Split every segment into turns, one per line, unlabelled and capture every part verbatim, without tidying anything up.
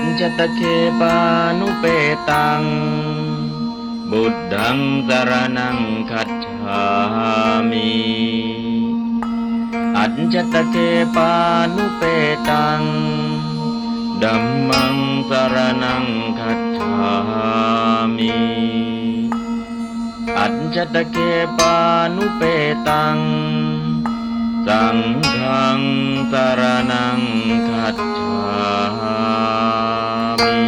จตเคปานุเปตังบุตตังสรณังคัจฉามิอัจจตเคปานุเปตังธัมมังสรณังคัจฉามิอัจจตเคปานุเปตังสังฆังสรณังคัจฉามิ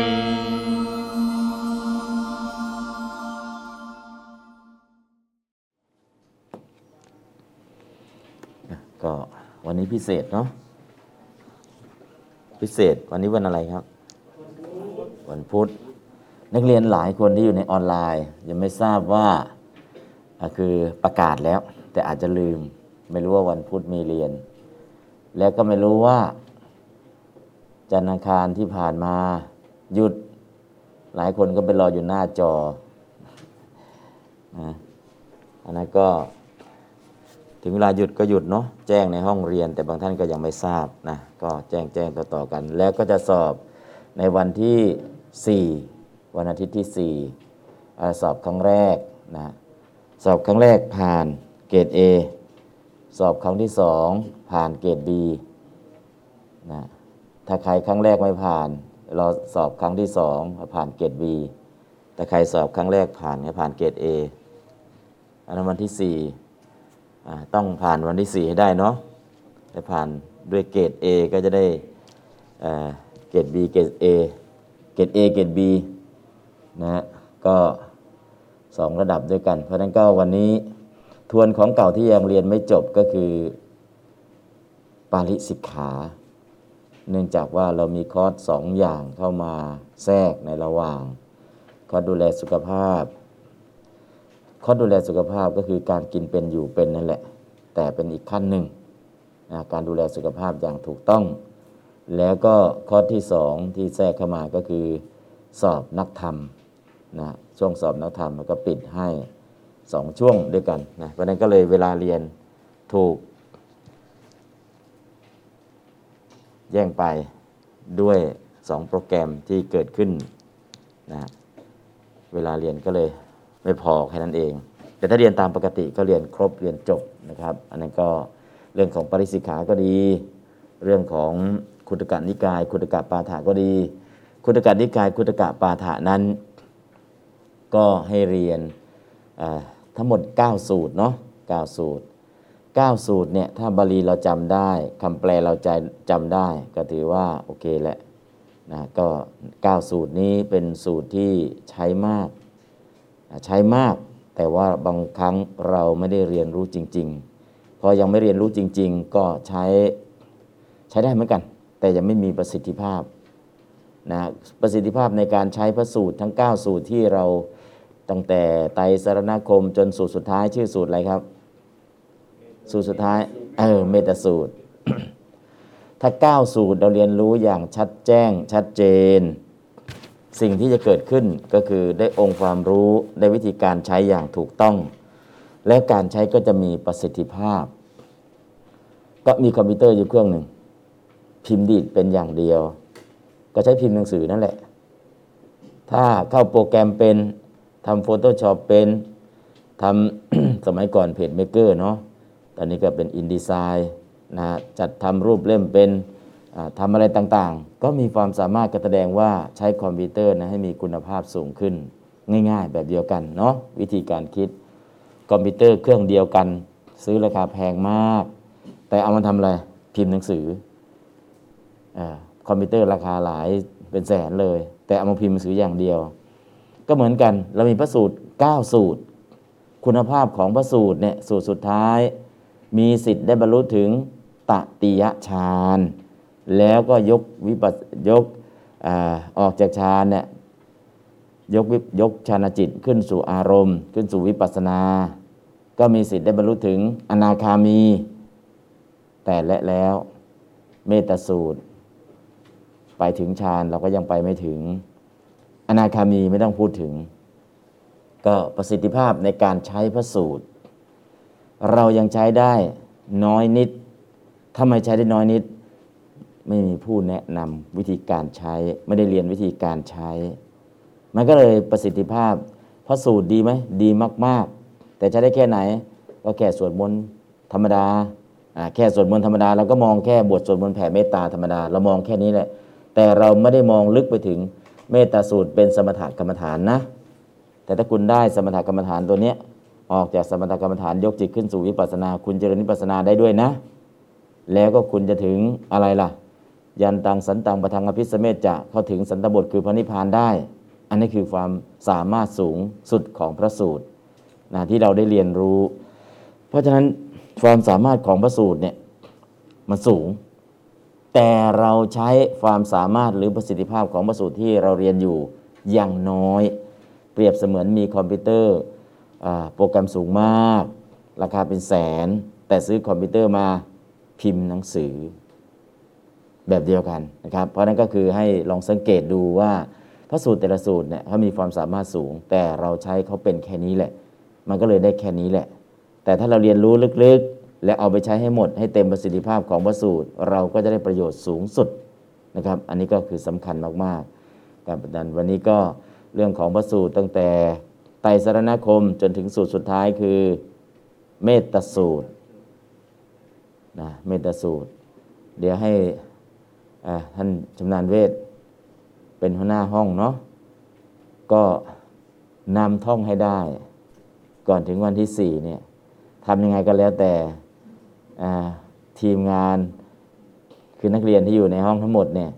ก็วันนี้พิเศษเนาะพิเศษวันนี้วันอะไรครับวันพุธนักเรียนหลายคนที่อยู่ในออนไลน์ยังไม่ทราบว่าคือประกาศแล้วแต่อาจจะลืมไม่รู้ว่าวันพุธมีเรียนแล้วก็ไม่รู้ว่าจันทร์อังคารที่ผ่านมาหยุดหลายคนก็ไปรออยู่หน้าจอนะอันนั้นก็ถึงเวลาหยุดก็หยุดเนาะแจ้งในห้องเรียนแต่บางท่านก็ยังไม่ทราบนะก็แจ้งแจ้งต่อๆกันแล้วก็จะสอบในวันที่สี่วันอาทิตย์ที่สี่สอบครั้งแรกนะสอบครั้งแรกผ่านเกรด A สอบครั้งที่สองผ่านเกรด B นะถ้าใครครั้งแรกไม่ผ่านเราสอบครั้งที่สองผ่านเกรด B แต่ใครสอบครั้งแรกผ่านก็ผ่านเกรด A อันนั้นวันที่สี่ต้องผ่านวันที่สี่ให้ได้เนาะถ้าผ่านด้วยเกรด A ก็จะได้เกรด B เกรด A เกรด A เกรด B นะฮะก็สองระดับด้วยกันเพราะฉะนั้นก็วันนี้ทวนของเก่าที่ยังเรียนไม่จบก็คือปาริสิกขาเนื่องจากว่าเรามีคอร์สสองอย่างเข้ามาแทรกในระหว่างคอร์สดูแลสุขภาพคอร์สดูแลสุขภาพก็คือการกินเป็นอยู่เป็นนั่นแหละแต่เป็นอีกขั้นหนึ่งนะการดูแลสุขภาพอย่างถูกต้องแล้วก็คอร์สที่สองที่แทรกเข้ามาก็คือสอบนักธรรมนะช่วงสอบนักธรรมมันก็ปิดให้สองช่วงด้วยกันนะเพราะนั้นก็เลยเวลาเรียนถูกแย่งไปด้วยสองโปรแกรมที่เกิดขึ้นนะเวลาเรียนก็เลยไม่พอแค่นั้นเองแต่ถ้าเรียนตามปกติก็เรียนครบเรียนจบนะครับอันนั้นก็เรื่องของปริสิกขาก็ดีเรื่องของคุตตกนิกายคุตตกปาฐะก็ดีคุตตกนิกายคุตตกปาฐะนั้นก็ให้เรียนทั้งหมดเก้าสูตรเนาะเก้าสูตรเก้าสูตรเนี่ยถ้าบาลีเราจำได้คำแปลเราใจจำได้ก็ถือว่าโอเคแหละนะก็เก้าสูตรนี้เป็นสูตรที่ใช้มากใช้มากแต่ว่าบางครั้งเราไม่ได้เรียนรู้จริงๆพอยังไม่เรียนรู้จริงๆก็ใช้ใช้ได้เหมือนกันแต่ยังไม่มีประสิทธิภาพนะประสิทธิภาพในการใช้พระสูตรทั้งเก้าสูตรที่เราตั้งแต่ไตรสรณคมจนสูตรสุดท้ายชื่อสูตรอะไรครับสูตรสุดท้ายเออเมตสูตร ถ้าเก้าสูตรเราเรียนรู้อย่างชัดแจ้งชัดเจนสิ่งที่จะเกิดขึ้นก็คือได้องค์ความรู้ได้วิธีการใช้อย่างถูกต้องและการใช้ก็จะมีประสิทธิภาพก็มีคอมพิวเตอร์อยู่เครื่องหนึ่งพิมพ์ดีดเป็นอย่างเดียวก็ใช้พิมพ์หนังสือนั่นแหละถ้าเข้าโปรแกรมเป็นทำ Photoshop เป็นทำ สมัยก่อนเพจเมกเกอร์เนาะตอนนี้ก็เป็น InDesign นะจัดทำรูปเล่มเป็นทำอะไรต่างๆก็มีความสามารถก็แสดงว่าใช้คอมพิวเตอร์นะให้มีคุณภาพสูงขึ้นง่ายๆแบบเดียวกันเนาะวิธีการคิดคอมพิวเตอร์เครื่องเดียวกันซื้อราคาแพงมากแต่เอามาทำอะไรพิมพ์หนังสือคอมพิวเตอร์ราคาหลายเป็นแสนเลยแต่เอามาพิมพ์หนังสืออย่างเดียวก็เหมือนกันเรามีพระสูตรเก้าสูตรคุณภาพของพระสูตรเนี่ยสูตรสุดท้ายมีสิทธิ์ได้บรรลุถึงตติยฌานแล้วก็ยกวิปัสยกอ่าออกจากฌานเนี่ยยกวิยกฌานจิตขึ้นสู่อารมณ์ขึ้นสู่วิปัสสนาก็มีสิทธิ์ได้บรรลุถึงอนาคามีแต่และแล้วเมตสูตรไปถึงฌานเราก็ยังไปไม่ถึงอนาคามีไม่ต้องพูดถึงก็ประสิทธิภาพในการใช้พระสูตรเรายังใช้ได้น้อยนิดทำไมใช้ได้น้อยนิดไม่มีผู้แนะนำวิธีการใช้ไม่ได้เรียนวิธีการใช้มันก็เลยประสิทธิภาพพระสูตรดีไหมดีมากๆแต่ใช้ได้แค่ไหนก็แค่สวดมนต์ธรรมดาแค่สวดมนต์ธรรมดาเราก็มองแค่บทสวดมนต์แผ่เมตตาธรรมดาเรามองแค่นี้แหละแต่เราไม่ได้มองลึกไปถึงเมตตาสูตรเป็นสมถกรรมฐานนะแต่ถ้าคุณได้สมถกรรมฐานตัวเนี้ยออกจากสมถกรรมฐานยกจิตขึ้นสู่วิปัสสนาคุณเจริญวิปัสสนาได้ด้วยนะแล้วก็คุณจะถึงอะไรล่ะยันตังสันตังปทังอภิสเมจจะเข้าถึงสันตบทคือพระนิพพานได้อันนี้คือความสามารถสูงสุดของพระสูตรนะที่เราได้เรียนรู้เพราะฉะนั้นความสามารถของพระสูตรเนี่ยมันสูงแต่เราใช้ความสามารถหรือประสิทธิภาพของพระสูตรที่เราเรียนอยู่อย่างน้อยเปรียบเสมือนมีคอมพิวเตอร์โปรแกรมสูงมากราคาเป็นแสนแต่ซื้อคอมพิวเตอร์มาพิมพ์หนังสือแบบเดียวกันนะครับเพราะนั้นก็คือให้ลองสังเกตดูว่าพระสูตรแต่ละสูตรเนี่ยเขามีความสามารถสูงแต่เราใช้เขาเป็นแค่นี้แหละมันก็เลยได้แค่นี้แหละแต่ถ้าเราเรียนรู้ลึกๆและเอาไปใช้ให้หมดให้เต็มประสิทธิภาพของพระสูตรเราก็จะได้ประโยชน์สูงสุดนะครับอันนี้ก็คือสำคัญมากๆการประดันวันนี้ก็เรื่องของพระสูตรตั้งแต่ไตรสรณคมจนถึงสูตรสุดท้ายคือเมตตาสูตรนะเมตตาสูตรเดี๋ยวให้ท่านชำนาญเวทเป็นหัวหน้าห้องเนาะก็นำท่องให้ได้ก่อนถึงวันที่สี่เนี่ยทำยังไงก็แล้วแต่ทีมงานคือนักเรียนที่อยู่ในห้องทั้งหมดเนี่ย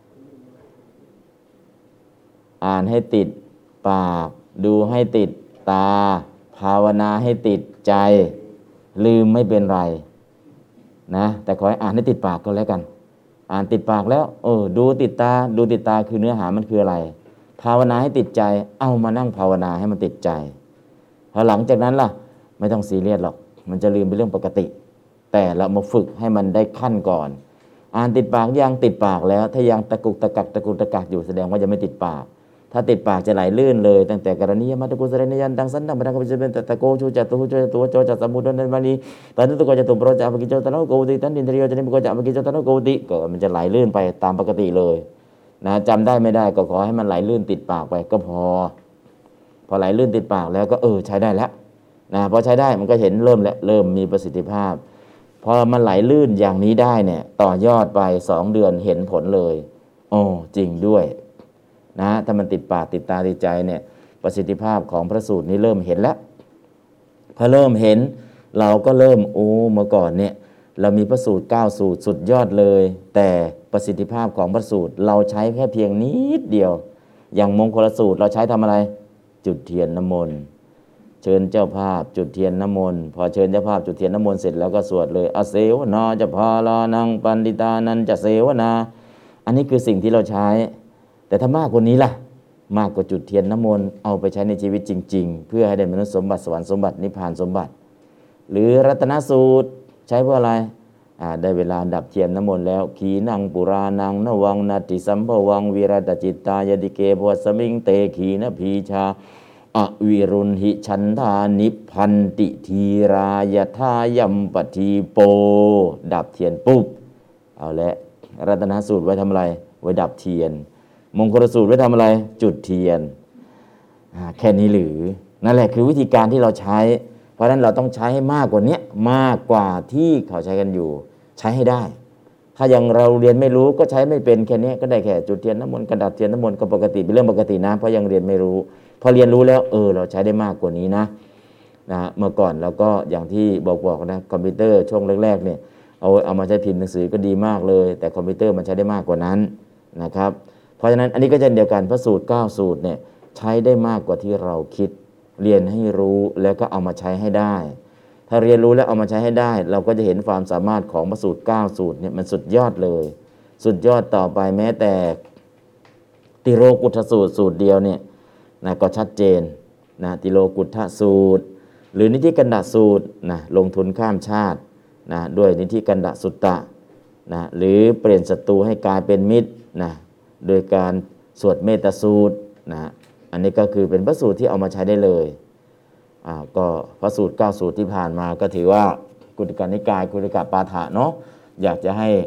อ่านให้ติดปากดูให้ติดตาภาวนาให้ติดใจลืมไม่เป็นไรนะแต่ขอให้อ่านให้ติดปากก็แล้วกันอ่านติดปากแล้วเออดูติดตาดูติดตาคือเนื้อหามันคืออะไรภาวนาให้ติดใจเอามานั่งภาวนาให้มันติดใจพอหลังจากนั้นล่ะไม่ต้องซีเรียสหรอกมันจะลืมเป็นเรื่องปกติแต่เรามาฝึกให้มันได้ขั้นก่อนอ่านติดปากยังติดปากแล้วถ้ายังตะกุกตะกักตะกุกตะกักอยู่แสดงว่ายังไม่ติดปากถ้าติดปากจะไหลลื่นเลยตั้งแต่กรณียมัตตกุสเรนยันดังสันดังปะทังกปิจเป็นตะโกชูจัตตุชูจัตตุโจจัตสมุดนันมานีตอนนั้นตุโกจัตตุโปรจะอภิกิจตนะโกติตันดินทริโยจะนิมโกจะอภิกิจตนะโกติก็มันจะไหลลื่นไปตามปกติเลยนะจำได้ไม่ได้ก็ขอให้มันไหลลื่นติดปากไปก็พอพอไหลลื่นติดปากแล้วก็เออใช้ได้แล้วนะพอใช้ได้มันก็เห็นเริ่มแล้วเริ่มมีประสิทธิภาพพอมันไหลลื่นอย่างนี้ได้เนี่ยต่อยอดไปสองเดือนเห็นผลเลยโอ้จริงด้วยนะถ้ามันติดปากติดตาติดใจเนี่ยประสิทธิภาพของพระสูตรนี้เริ่มเห็นแล้วพอเริ่มเห็นเราก็เริ่มโอ้เมื่อก่อนเนี่ยเรามีพระสูตรเก้าสูตรสุดยอดเลยแต่ประสิทธิภาพของพระสูตรเราใช้แค่เพียงนิดเดียวอย่างมงคลสูตรเราใช้ทำอะไรจุดเทียนน้ำมนต์เชิญเจ้าภาพจุดเทียนน้ำมนต์พอเชิญเจ้าภาพจุดเทียนน้ำมนต์เสร็จแล้วก็สวดเลยอเสวนาจะพาลานังปันติตานันจะเสวนาอันนี้คือสิ่งที่เราใช้แต่ถ้ามากกว่านี้ล่ะมากกว่าจุดเทียนน้ำมนต์เอาไปใช้ในชีวิตจริงๆเพื่อให้ได้มนุษย์สมบัติสวรรค์สมบัตินิพพานสมบัติหรือรัตนสูตรใช้เพื่ออะไรอ่าได้เวลาดับเทียนน้ำมนต์แล้วขีนังปุรานังนวังนาติสัมภวังวิรัตจิตตายติเกภวสมิงเตขีนพีชาอวิรุณหิฉันทานิพันติทีรายทายัมปทีโปดับเทียนปุ๊บเอาละรัตนสูตรไว้ทำอะไรไว้ดับเทียนมงคลสูตรไว้ทำอะไรจุดเทียนแค่นี้หรือนั่นแหละคือวิธีการที่เราใช้เพราะฉะนั้นเราต้องใช้ให้มากกว่านี้มากกว่าที่เขาใช้กันอยู่ใช้ให้ได้ถ้ายังเราเรียนไม่รู้ก็ใช้ไม่เป็นแค่นี้ก็ได้แค่จุดเทียนน้ำมนต์กระดับเทียนน้ำมนต์ก็ปกติเป็นเรื่องปกตินะเพราะยังเรียนไม่รู้พอเรียนรู้แล้วเออเราใช้ได้มากกว่านี้นะนะเมื่อก่อนเราก็อย่างที่บอกบอกนะคอมพิวเตอร์ช่วงแรกๆเนี่ยเอาเอามาใช้พิมพ์หนังสือก็ดีมากเลยแต่คอมพิวเตอร์มันใช้ได้มากกว่านั้นนะครับเพราะฉะนั้นอันนี้ก็เช่นเดียวกันพระสูตรเก้าสูตรเนี่ยใช้ได้มากกว่าที่เราคิดเรียนให้รู้แล้วก็เอามาใช้ให้ได้ถ้าเรียนรู้แล้วเอามาใช้ให้ได้เราก็จะเห็นความสามารถของพระสูตรเก้าสูตรเนี่ยมันสุดยอดเลยสุดยอดต่อไปแม้แต่ติโรกุฏสูตรสูตรเดียวเนี่ยนะก็ชัดเจนนะติโรกุฏสูตรหรือนิธิกันดสูตรนะลงทุนข้ามชาตินะด้วยนิธิกันดสุตตะนะหรือเปลี่ยนศัตรูให้กลายเป็นมิตรนะโดยการสวดเมตตาสูตรนะอันนี้ก็คือเป็นพระสูตรที่เอามาใช้ได้เลยอ่าก็พระสูตรเก้าสูตรที่ผ่านมาก็ถือว่ากุฎกนิกายกุฎกปาฐะเนาะอยากจะให้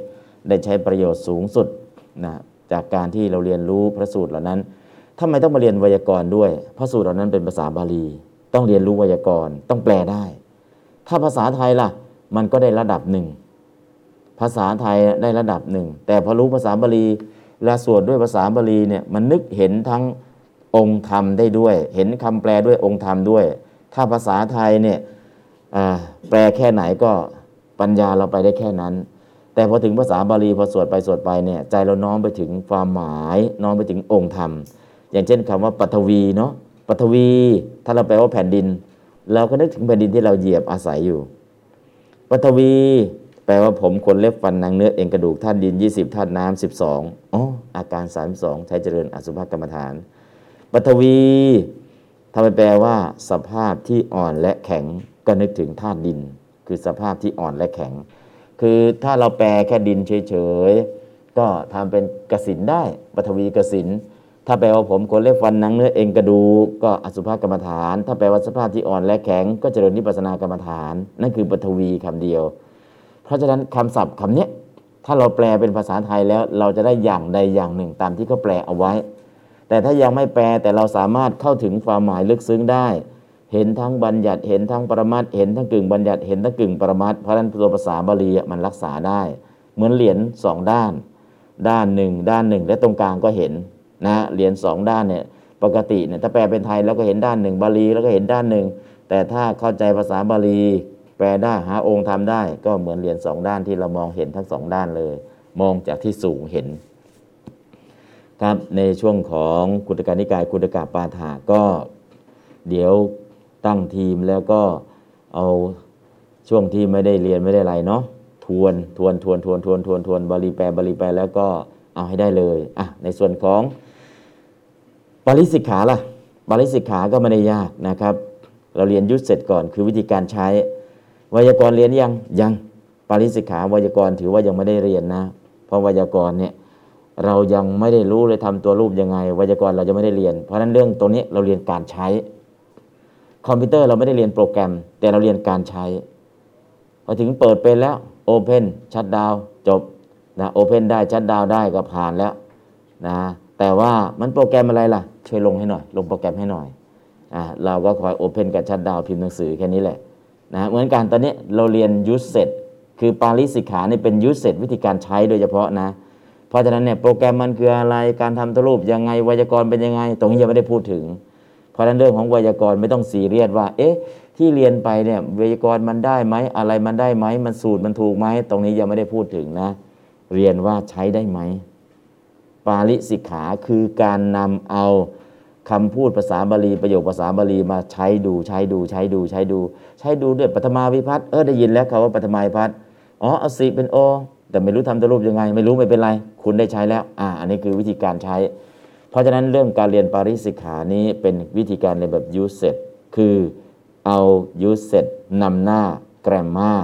ได้ใช้ประโยชน์สูงสุดนะจากการที่เราเรียนรู้พระสูตรเหล่านั้นทำไมต้องมาเรียนไวยากรณ์ด้วยพระสูตรเหล่านั้นเป็นภาษาบาลีต้องเรียนรู้ไวยากรณ์ต้องแปลได้ถ้าภาษาไทยล่ะมันก็ได้ระดับหนึ่งภาษาไทยได้ระดับหนึ่งแต่พอรู้ภาษาบาลีและสวดด้วยภาษาบาลีเนี่ยมันนึกเห็นทั้งองค์ธรรมได้ด้วยเห็นคำแปลด้วยองค์ธรรมด้วยถ้าภาษาไทยเนี่ยแปลแค่ไหนก็ปัญญาเราไปได้แค่นั้นแต่พอถึงภาษาบาลีพอสวดไปสวดไปเนี่ยใจเราน้อมไปถึงความหมายน้อมไปถึงองค์ธรรมอย่างเช่นคำว่าปฐวีเนาะปฐวีถ้าเราแปลว่าแผ่นดินเราก็นึกถึงแผ่นดินที่เราเหยียบอาศัยอยู่ปฐวีแปลว่าผมขนเล็บฟันหนังเนื้อเอ็นกระดูกธาตุดินยี่สิบธาตุน้ำสิบสองอ๋ออาการสามสิบสองใช้เจริญอสุภกรรมฐานปฐวีถ้าไปแปลว่าสภาพที่อ่อนและแข็งก็นึกถึงธาตุดินคือสภาพที่อ่อนและแข็งคือถ้าเราแปลแค่ดินเฉยๆก็ทำเป็นกสิณได้ปฐวีกสิณถ้าแปลว่าผมขนเล็บฟันหนังเนื้อเอ็นกระดูกก็อสุภกรรมฐานถ้าแปลว่าสภาพที่อ่อนและแข็งก็เจริญวิปัสสนากรรมฐานนั่นคือปฐวีคำเดียวเพราะฉะนั้นคำศัพท์คำนี้ถ้าเราแปลเป็นภาษาไทยแล้วเราจะได้อย่างใดอย่างหนึ่งตามที่เขาแปลเอาไว้แต่ถ้ายังไม่แปลแต่เราสามารถเข้าถึงความหมายลึกซึ้งได้เห็นทั้งบัญญัติเห็นทั้งปรมัตถ์เห็นทั้งกึ่งบัญญัติเห็นทั้งกึ่งปรมัตถ์เพราะฉะนั้นตัวภาษาบาลีมันรักษาได้เหมือนเหรียญสองด้านด้านหนึ่งด้านหนึ่งและตรงกลางก็เห็นนะเหรียญสองด้านเนี่ยปกติเนี่ยถ้าแปลเป็นไทยแล้วก็เห็นด้านหนึ่งบาลีแล้วก็เห็นด้านหนึ่งแต่ถ้าเข้าใจภาษาบาลีแปลได้หาองค์ธรรมได้ก็เหมือนเหรียญสองด้านที่เรามองเห็นทั้งสองด้านเลยมองจากที่สูงเห็นครับในช่วงของคุตกนิกายคุตกปาฐะก็เดี๋ยวตั้งทีมแล้วก็เอาช่วงที่ไม่ได้เรียนไม่ได้อะไรเนาะทวนทวนทวนทวนทวนทวนทวนบาลีแปลบาลีแปลแล้วก็เอาให้ได้เลยอ่ะในส่วนของปาริสิกขาล่ะปาริสิกขาก็ไม่ได้ยากนะครับเราเรียนยุทธเสร็จก่อนคือวิธีการใช้ไวยากรณ์เรียนยังยังปาริสิกขาไวยากรณ์ถือว่ายังไม่ได้เรียนนะเพราะไวยากรณ์เนี่ยเรายังไม่ได้รู้เลยทำตัวรูปยังไงไวยากรณ์เราจะไม่ได้เรียนเพราะฉะนั้นเรื่องตรงนี้เราเรียนการใช้คอมพิวเตอร์เราไม่ได้เรียนโปรแกรมแต่เราเรียนการใช้พอถึงเปิดเป็นแล้วโอเพนชัตดาวน์จบนะโอเพนได้ชัตดาวน์ได้ก็ผ่านแล้วนะแต่ว่ามันโปรแกรมอะไรล่ะช่วยลงให้หน่อยลงโปรแกรมให้หน่อยอ่าเราก็คอยโอเพนกับชัตดาวน์พิมพ์หนังสือแค่นี้แหละนะเหมือนกันตอนนี้เราเรียนยูสเซตคือปาริสิกขานี่เป็นยูสเซตวิธีการใช้โดยเฉพาะนะเพราะฉะนั้นเนี่ยโปรแกรมมันคืออะไรการทำตัวรูปยังไงไวยากรณ์เป็นยังไงตรงนี้ยังไม่ได้พูดถึงเพราะฉะนั้นเรื่องของไวยากรณ์ไม่ต้องซีเรียสว่าเอ๊ะที่เรียนไปเนี่ยไวยากรณ์มันได้ไหมอะไรมันได้ไหมมันสูตรมันถูกไหมตรงนี้ยังไม่ได้พูดถึงนะเรียนว่าใช้ได้ไหมปาริสิกขาคือการนำเอาคำพูดภาษาบาลีประโยคภาษาบาลีมาใช้ดูใช้ดูใช้ดูใช้ดูใช้ดูด้วยปฐมาวิภัตติเออได้ยินแล้วคำว่าปฐมาวิภัตติอ๋อเอาสิเป็นโอแต่ไม่รู้ทำตัวรูปยังไงไม่รู้ไม่เป็นไรคุณได้ใช้แล้วอ่าอันนี้คือวิธีการใช้เพราะฉะนั้นเรื่องการเรียนปาริสิกขานี้เป็นวิธีการเรียนแบบ usage คือเอา usage นำหน้า grammar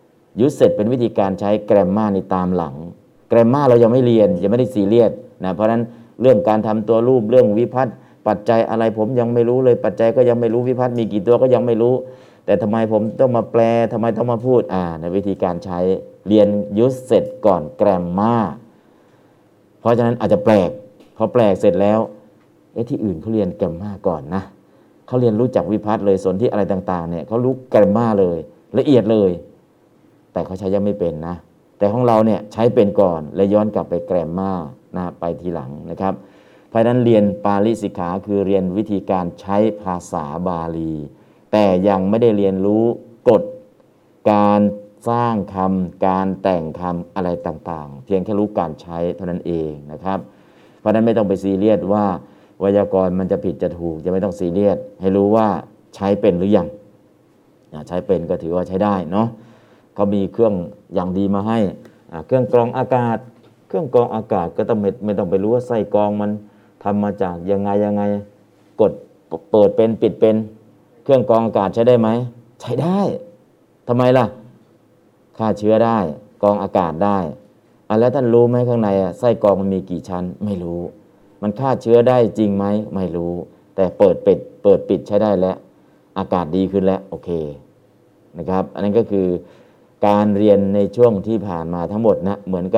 usage เป็นวิธีการใช้ grammar ในตามหลัง grammar เรายังไม่เรียนยังไม่ได้ซีเรียสนะเพราะฉะนั้นเรื่องการทำตัวรูปเรื่องวิภัตติปัจจัยอะไรผมยังไม่รู้เลยปัจจัยก็ยังไม่รู้วิภัตติมีกี่ตัวก็ยังไม่รู้แต่ทำไมผมต้องมาแปลทำไมต้องมาพูดอ่าในวิธีการใช้เรียน usage ก่อน grammar เพราะฉะนั้นอาจจะแปลกพอแปลกเสร็จแล้วเอ๊ะที่อื่นเขาเรียนแกรมมาก่อนนะเขาเรียนรู้จักวิภัตติเลยส่วนที่อะไรต่างๆเนี่ยเขารู้แกรมมาเลยละเอียดเลยแต่เขาใช้ยังไม่เป็นนะแต่ของเราเนี่ยใช้เป็นก่อนแล้วย้อนกลับไปแกรมมานะไปทีหลังนะครับเพราะฉะนั้นเรียนปาริสิกขาคือเรียนวิธีการใช้ภาษาบาลีแต่ยังไม่ได้เรียนรู้กฎการสร้างคำการแต่งคำอะไรต่างๆเพียงแค่รู้การใช้เท่านั้นเองนะครับเพราะนั้นไม่ต้องไปซีเรียสว่าไวยากรณ์มันจะผิดจะถูกจะไม่ต้องซีเรียสให้รู้ว่าใช้เป็นหรือยังใช้เป็นก็ถือว่าใช้ได้เนาะเขามีเครื่องอย่างดีมาให้เครื่องกรองอากาศเครื่องกรองอากาศก็ต้องไม่ไม่ต้องไปรู้ว่าไส้กรองมันทำมาจากยังไงยังไงกดเปิดเป็นปิดเป็นเครื่องกรองอากาศใช้ได้ไหมใช้ได้ทำไมล่ะฆ่าเชื้อได้กรองอากาศได้อ่ะแล้วท่านรู้ไหมข้างในอ่ะไส้กรองมันมีกี่ชั้นไม่รู้มันฆ่าเชื้อได้จริงไหมไม่รู้แต่เปิดปิดเปิดปิดใช้ได้แล้วอากาศดีขึ้นแล้วโอเคนะครับอันนั้นก็คือการเรียนในช่วงที่ผ่านมาทั้งหมดนะเหมือนกับ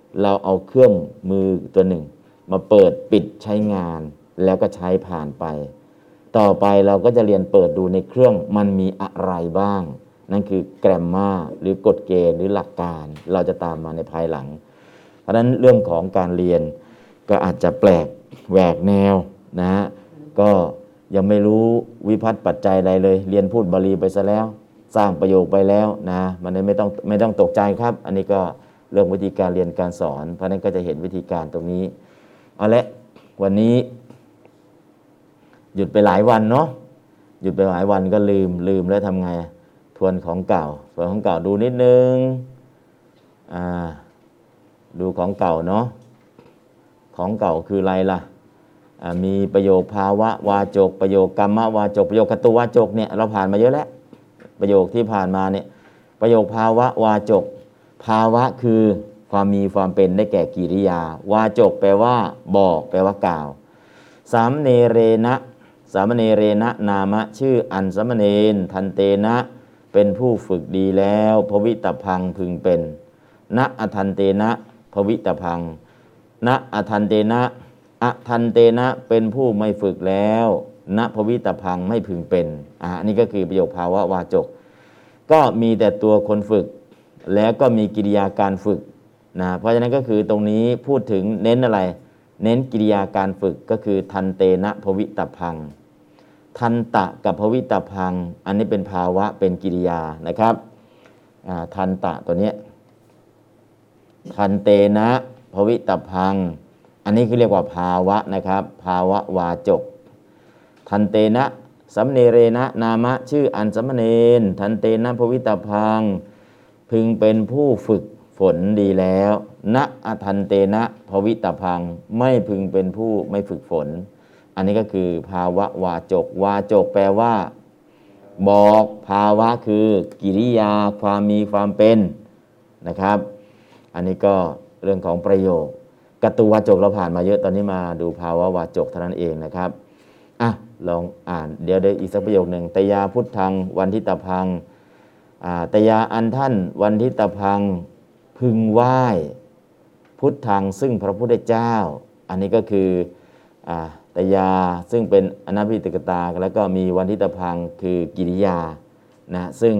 เราเอาเครื่องมือตัวหนึ่งมาเปิดปิดใช้งานแล้วก็ใช้ผ่านไปต่อไปเราก็จะเรียนเปิดดูในเครื่องมันมีอะไรบ้างนั่นคือแกรมมาหรือกฎเกณฑ์หรือหลักการเราจะตามมาในภายหลังเพราะฉะนั้นเรื่องของการเรียนก็อาจจะแปลกแหวกแนวนะฮะก็ยังไม่รู้วิพัฒน์ปัจจัยใดเลยเรียนพูดบาลีไปซะแล้วสร้างประโยคไปแล้วนะมันไม่ต้องไม่ต้องตกใจครับอันนี้ก็เรื่องวิธีการเรียนการสอนเพราะนั้นก็จะเห็นวิธีการตรงนี้เอาละวันนี้หยุดไปหลายวันเนาะหยุดไปหลายวันก็ลืมลืมแล้วทำไงทวนของเก่าทวนของเก่าดูนิดนึงอ่าดูของเก่าเนาะของเก่าคืออะไรล่ะมีประโยคภาวะวาจกประโยคกรรมวาจกประโยคกตุวาจกเนี่ยเราผ่านมาเยอะแล้วประโยคที่ผ่านมาเนี่ยประโยคภาวะวาจกภาวะคือความมีความเป็นได้แก่กิริยาวาจกแปลว่าบอกแปลว่ากล่าวสามเณเรนะสามเณเรนะนามะชื่ออันสามเณรทันเตนะเป็นผู้ฝึกดีแล้วภวิตพังพึงเป็นนะอทันเตนะภวิตพังนะอทันเตนะอทันเตนะเป็นผู้ไม่ฝึกแล้วนะภวิตพังไม่พึงเป็นอ่านี่ก็คือประโยคภาวะวาจกก็มีแต่ตัวคนฝึกแล้วก็มีกิริยาการฝึกนะเพราะฉะนั้นก็คือตรงนี้พูดถึงเน้นอะไรเน้นกิริยาการฝึกก็คือทันเตนะภวิตพังทันตะกับภวิตพังอันนี้เป็นภาวะเป็นกิริยานะครับอ่าทันตะตัวเนี้ยทันเตนะภวิตพังอันนี้คือเรียกว่าภาวะนะครับภาวะวาจกทันเตนะสัมเนเรนะนามะชื่ออันสัมเนรทันเตนะภวิตพังพึงเป็นผู้ฝึกฝนดีแล้วณอทันเตนะภวิตพังไม่พึงเป็นผู้ไม่ฝึกฝนอันนี้ก็คือภาวะวาจกวาจกแปลว่าบอกภาวะคือกิริยาความมีความเป็นนะครับอันนี้ก็เรื่องของประโยคกตุวาจกเราผ่านมาเยอะตอนนี้มาดูภาวะวาจกเท่านั้นเองนะครับอ่ะลองอ่านเดี๋ยวเดี๋ยวอีกสักประโยคหนึ่งตยาพุทธังวันทิตพังอ่าตยาอันท่านวันทิตพังพึงไหว้พุทธังซึ่งพระพุทธเจ้าอันนี้ก็คืออ่าตยาซึ่งเป็นอนัพพิติกตาแล้วก็มีวันทิตพังคือกิริยานะซึ่ง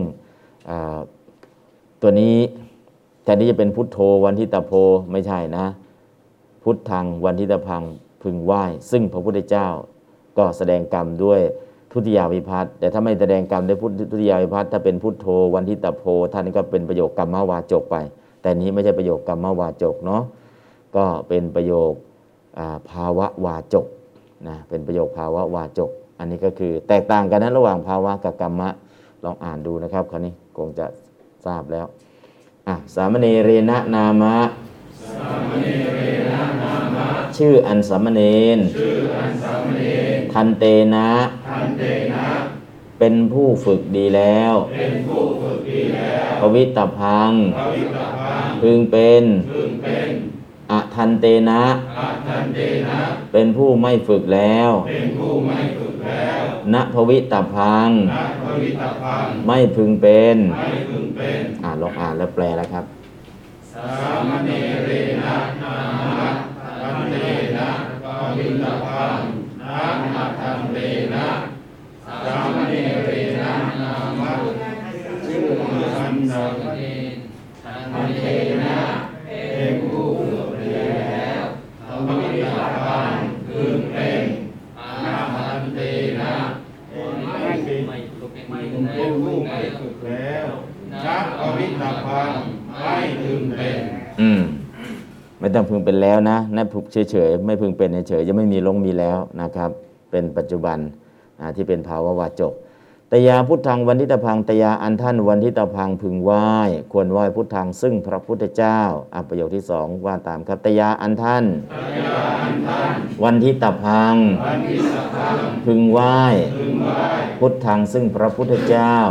ตัวนี้แทนที่จะเป็นพุทโธวันทิตโพไม่ใช่นะพุทธังวันทิตพังพึงไหว้ซึ่งพระพุทธเจ้าก็แสดงกรรมด้วยทุติยาวิภัตแต่ถ้าไม่แสดงกรรมด้วยทุติยาวิภัตถ้าเป็นพุทโธวันทิตโพท่านก็เป็นประโยคกรรมวาจกไปแต่นี้ไม่ใช่ประโยคกรรมวาจกเนาะก็เป็นประโยคภาวะวาจกนะเป็นประโยคภาวะวาจกอันนี้ก็คือแตกต่างกันนะระหว่างภาวะกับกรรมะลองอ่านดูนะครับคราวนี้คงจะทราบแล้วอ่ะสามเณเรนะนามะสามเณเรนะนามะชื่ออันสามเณรชื่ออันสามเณรทันเตนะทันเตนะเป็นผู้ฝึกดีแล้วเป็นผู้ฝึกดีแล้วภวิตพังภวิตพังพึงเป็นพึงเป็นอทันเตนะอทันเตนะเป็นผู้ไม่ฝึกแล้วเป็นผู้ไม่ฝึกแล้วณภวิตพังณภวิตพังไม่พึงเป็นไม่พึงเป็นอ่านลองอ่านแล้วแปลแล้วครับสามเณเรนะนามะทันเตนะภวิตพังณอทันเตนะสามเณเรนะนามะชื่ออันสามเณรทันเตนะเป็นผู้ฝึกดีแล้วภวิตพังพึงเป็นอทันเตนะไม่เป็นไม่ฝึกไม่เป็นผู้ไม่ฝึกแล้วนักภวิตพังไม่พึงเป็นอืมไม่ต้องพึงเป็นแล้วนะนั่นเฉยๆไม่พึงเป็นเฉยๆจะไม่มีลงมีแล้วนะครับเป็นปัจจุบันที่เป็นภาวะวาจกตยาพุทธังวันทิตพังตยาอันท่านวันทิตพังพึงไหว้ควรไหว้พุทธังซึ่งพระพุทธเจ้าอ่ะประโยคที่สองว่าตามครับตยาอันท่านวันทิตพังพึงไหว้พุทธังซึ่งพระพุทธเจ้า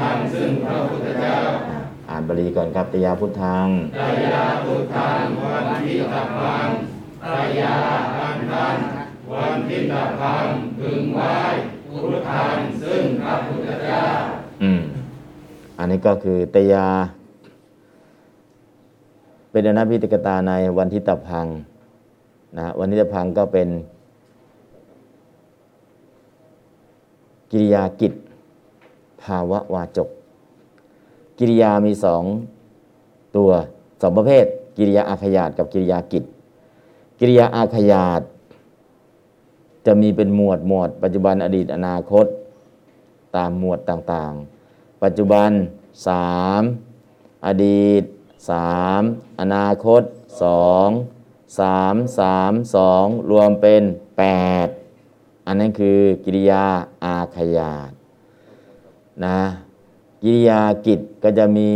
อ่านบาลีก่อนครับตยาพุทธังตยาพุทธังวันทิตพังตยาอันท่านวันทิตพังพึงไหว้พุทธังซึ่งพระพุทธเจ้าอืมอันนี้ก็คือตยาเป็นอนัพิติกตาในวันทิตพังนะวันทิตพังก็เป็นกิริยากิจภาวะวาจกกิริยามีสองตัวสองประเภทกิริยาอาขยาตกับกิริยากิจกิริยาอาขยาตจะมีเป็นหมวดหมวดปัจจุบันอดีตอนาคตตามหมวดต่างๆปัจจุบันสามอดีตสามอนาคตสองสามสามสองรวมเป็นแปดอันนั้นคือกิริยาอาขยาตนะกิริยากิจก็จะมี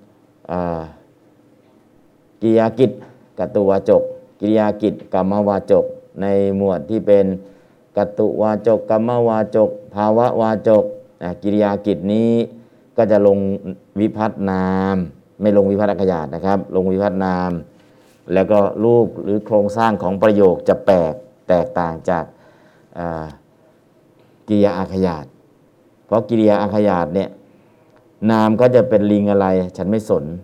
กิริยากิจกัตตุวาจกกิริยากิจกรรมวาจกในหมวดที่เป็นกัตตุวาจกกรรมวาจกภาวะวาจกนะกิริยากิจนี้ก็จะลงวิภัตนามไม่ลงวิภัตอาขยาตนะครับลงวิภัตนามแล้วก็รูปหรือโครงสร้างของประโยคจะแปลกแตกต่างจากกิริยาอาขยาตเพราะกิริยาอาขยาตเนี่ยนามก็จะเป็นลิงอะไรฉันไม่สน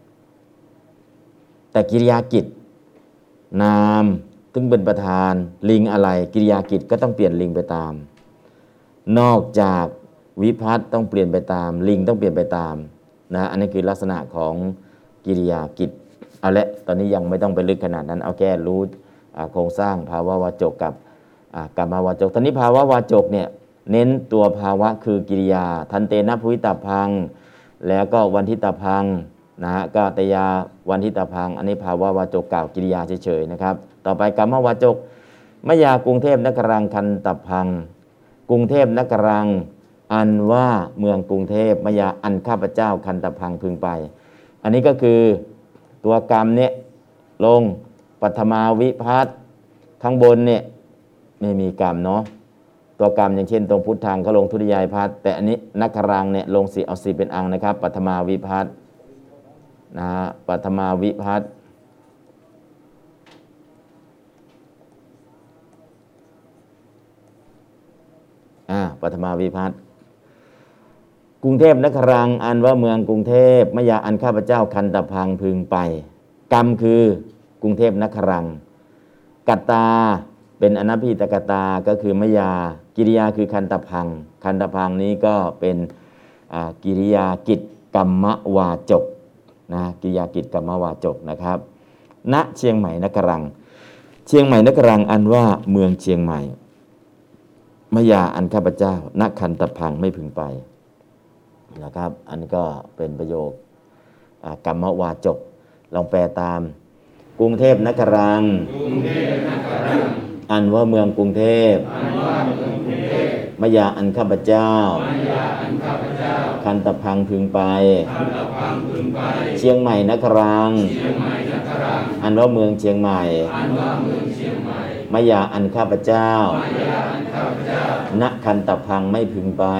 แต่กิริยากิจนามซึ่งเป็นประธานลิงอะไรกิริยากิจก็ต้องเปลี่ยนลิงไปตามนอกจากวิภัตต้องเปลี่ยนไปตามลิงต้องเปลี่ยนไปตามนะอันนี้คือลักษณะของกิริยากิจเอาละตอนนี้ยังไม่ต้องไปลึกขนาดนั้นเอาแค่รู้โครงสร้างภาวะวาจกกับกรรมวาจกตอนนี้ภาวะวาจกเนี่ยเน้นตัวภาวะคือกิริยาทันเตนะภุวิตพังแล้วก็วันทิตพังนะฮะก็ตยาวันทิตพังอันนี้ภาวะวาจกกล่าวกิริยาเฉยๆนะครับต่อไปกรรมวาจกมยากรุงเทพนครังคันตพังกรุงเทพนครังอันว่าเมืองกรุงเทพมยาอันข้าพเจ้าคันตพังพึงไปอันนี้ก็คือตัวกรรมเนี่ยลงปัทมาวิภัตข้างบนเนี่ยไม่มีกรรมเนาะตัวกรรมอย่างเช่นตรงพุทธังเขาลงทุติยายภัตแต่อันนี้นครังเนี่ยลงสี่เอาสี่เป็นอังนะครับปัทมาวิภัตนะฮะปัทมาวิภัตอ่าปัทมาวิภัตกรุงเทพนครังอันว่าเมืองกรุงเทพมยาอันข้าพเจ้าคันตพังพึงไปกรรมคือกรุงเทพนครังกัตตาเป็นอนัพพิตกตาก็คือมยากิริยาคือคันตพังคันตพังนี้ก็เป็นกิริยากิจกรรมวาจกนะกิริยากิจกรรมวาจกนะครับณเชียงใหม่นครังเชียงใหม่นครังอันว่าเมืองเชียงใหม่มยาอันข้าพเจ้าณคันตพังไม่พึงไปนะครับอันนี้ก็เป็นประโยคกรรมวาจกลองแปลตามกรุงเทพนครังอันว่าเมืองกรุงเทพมยาอันข้าพเจ้าคันตพังพึงไปเชียงใหม่นครังอันว่าเมืองเชียงใหม่มยาอันข้าพเจ้าณคันตพังไม่พึงไป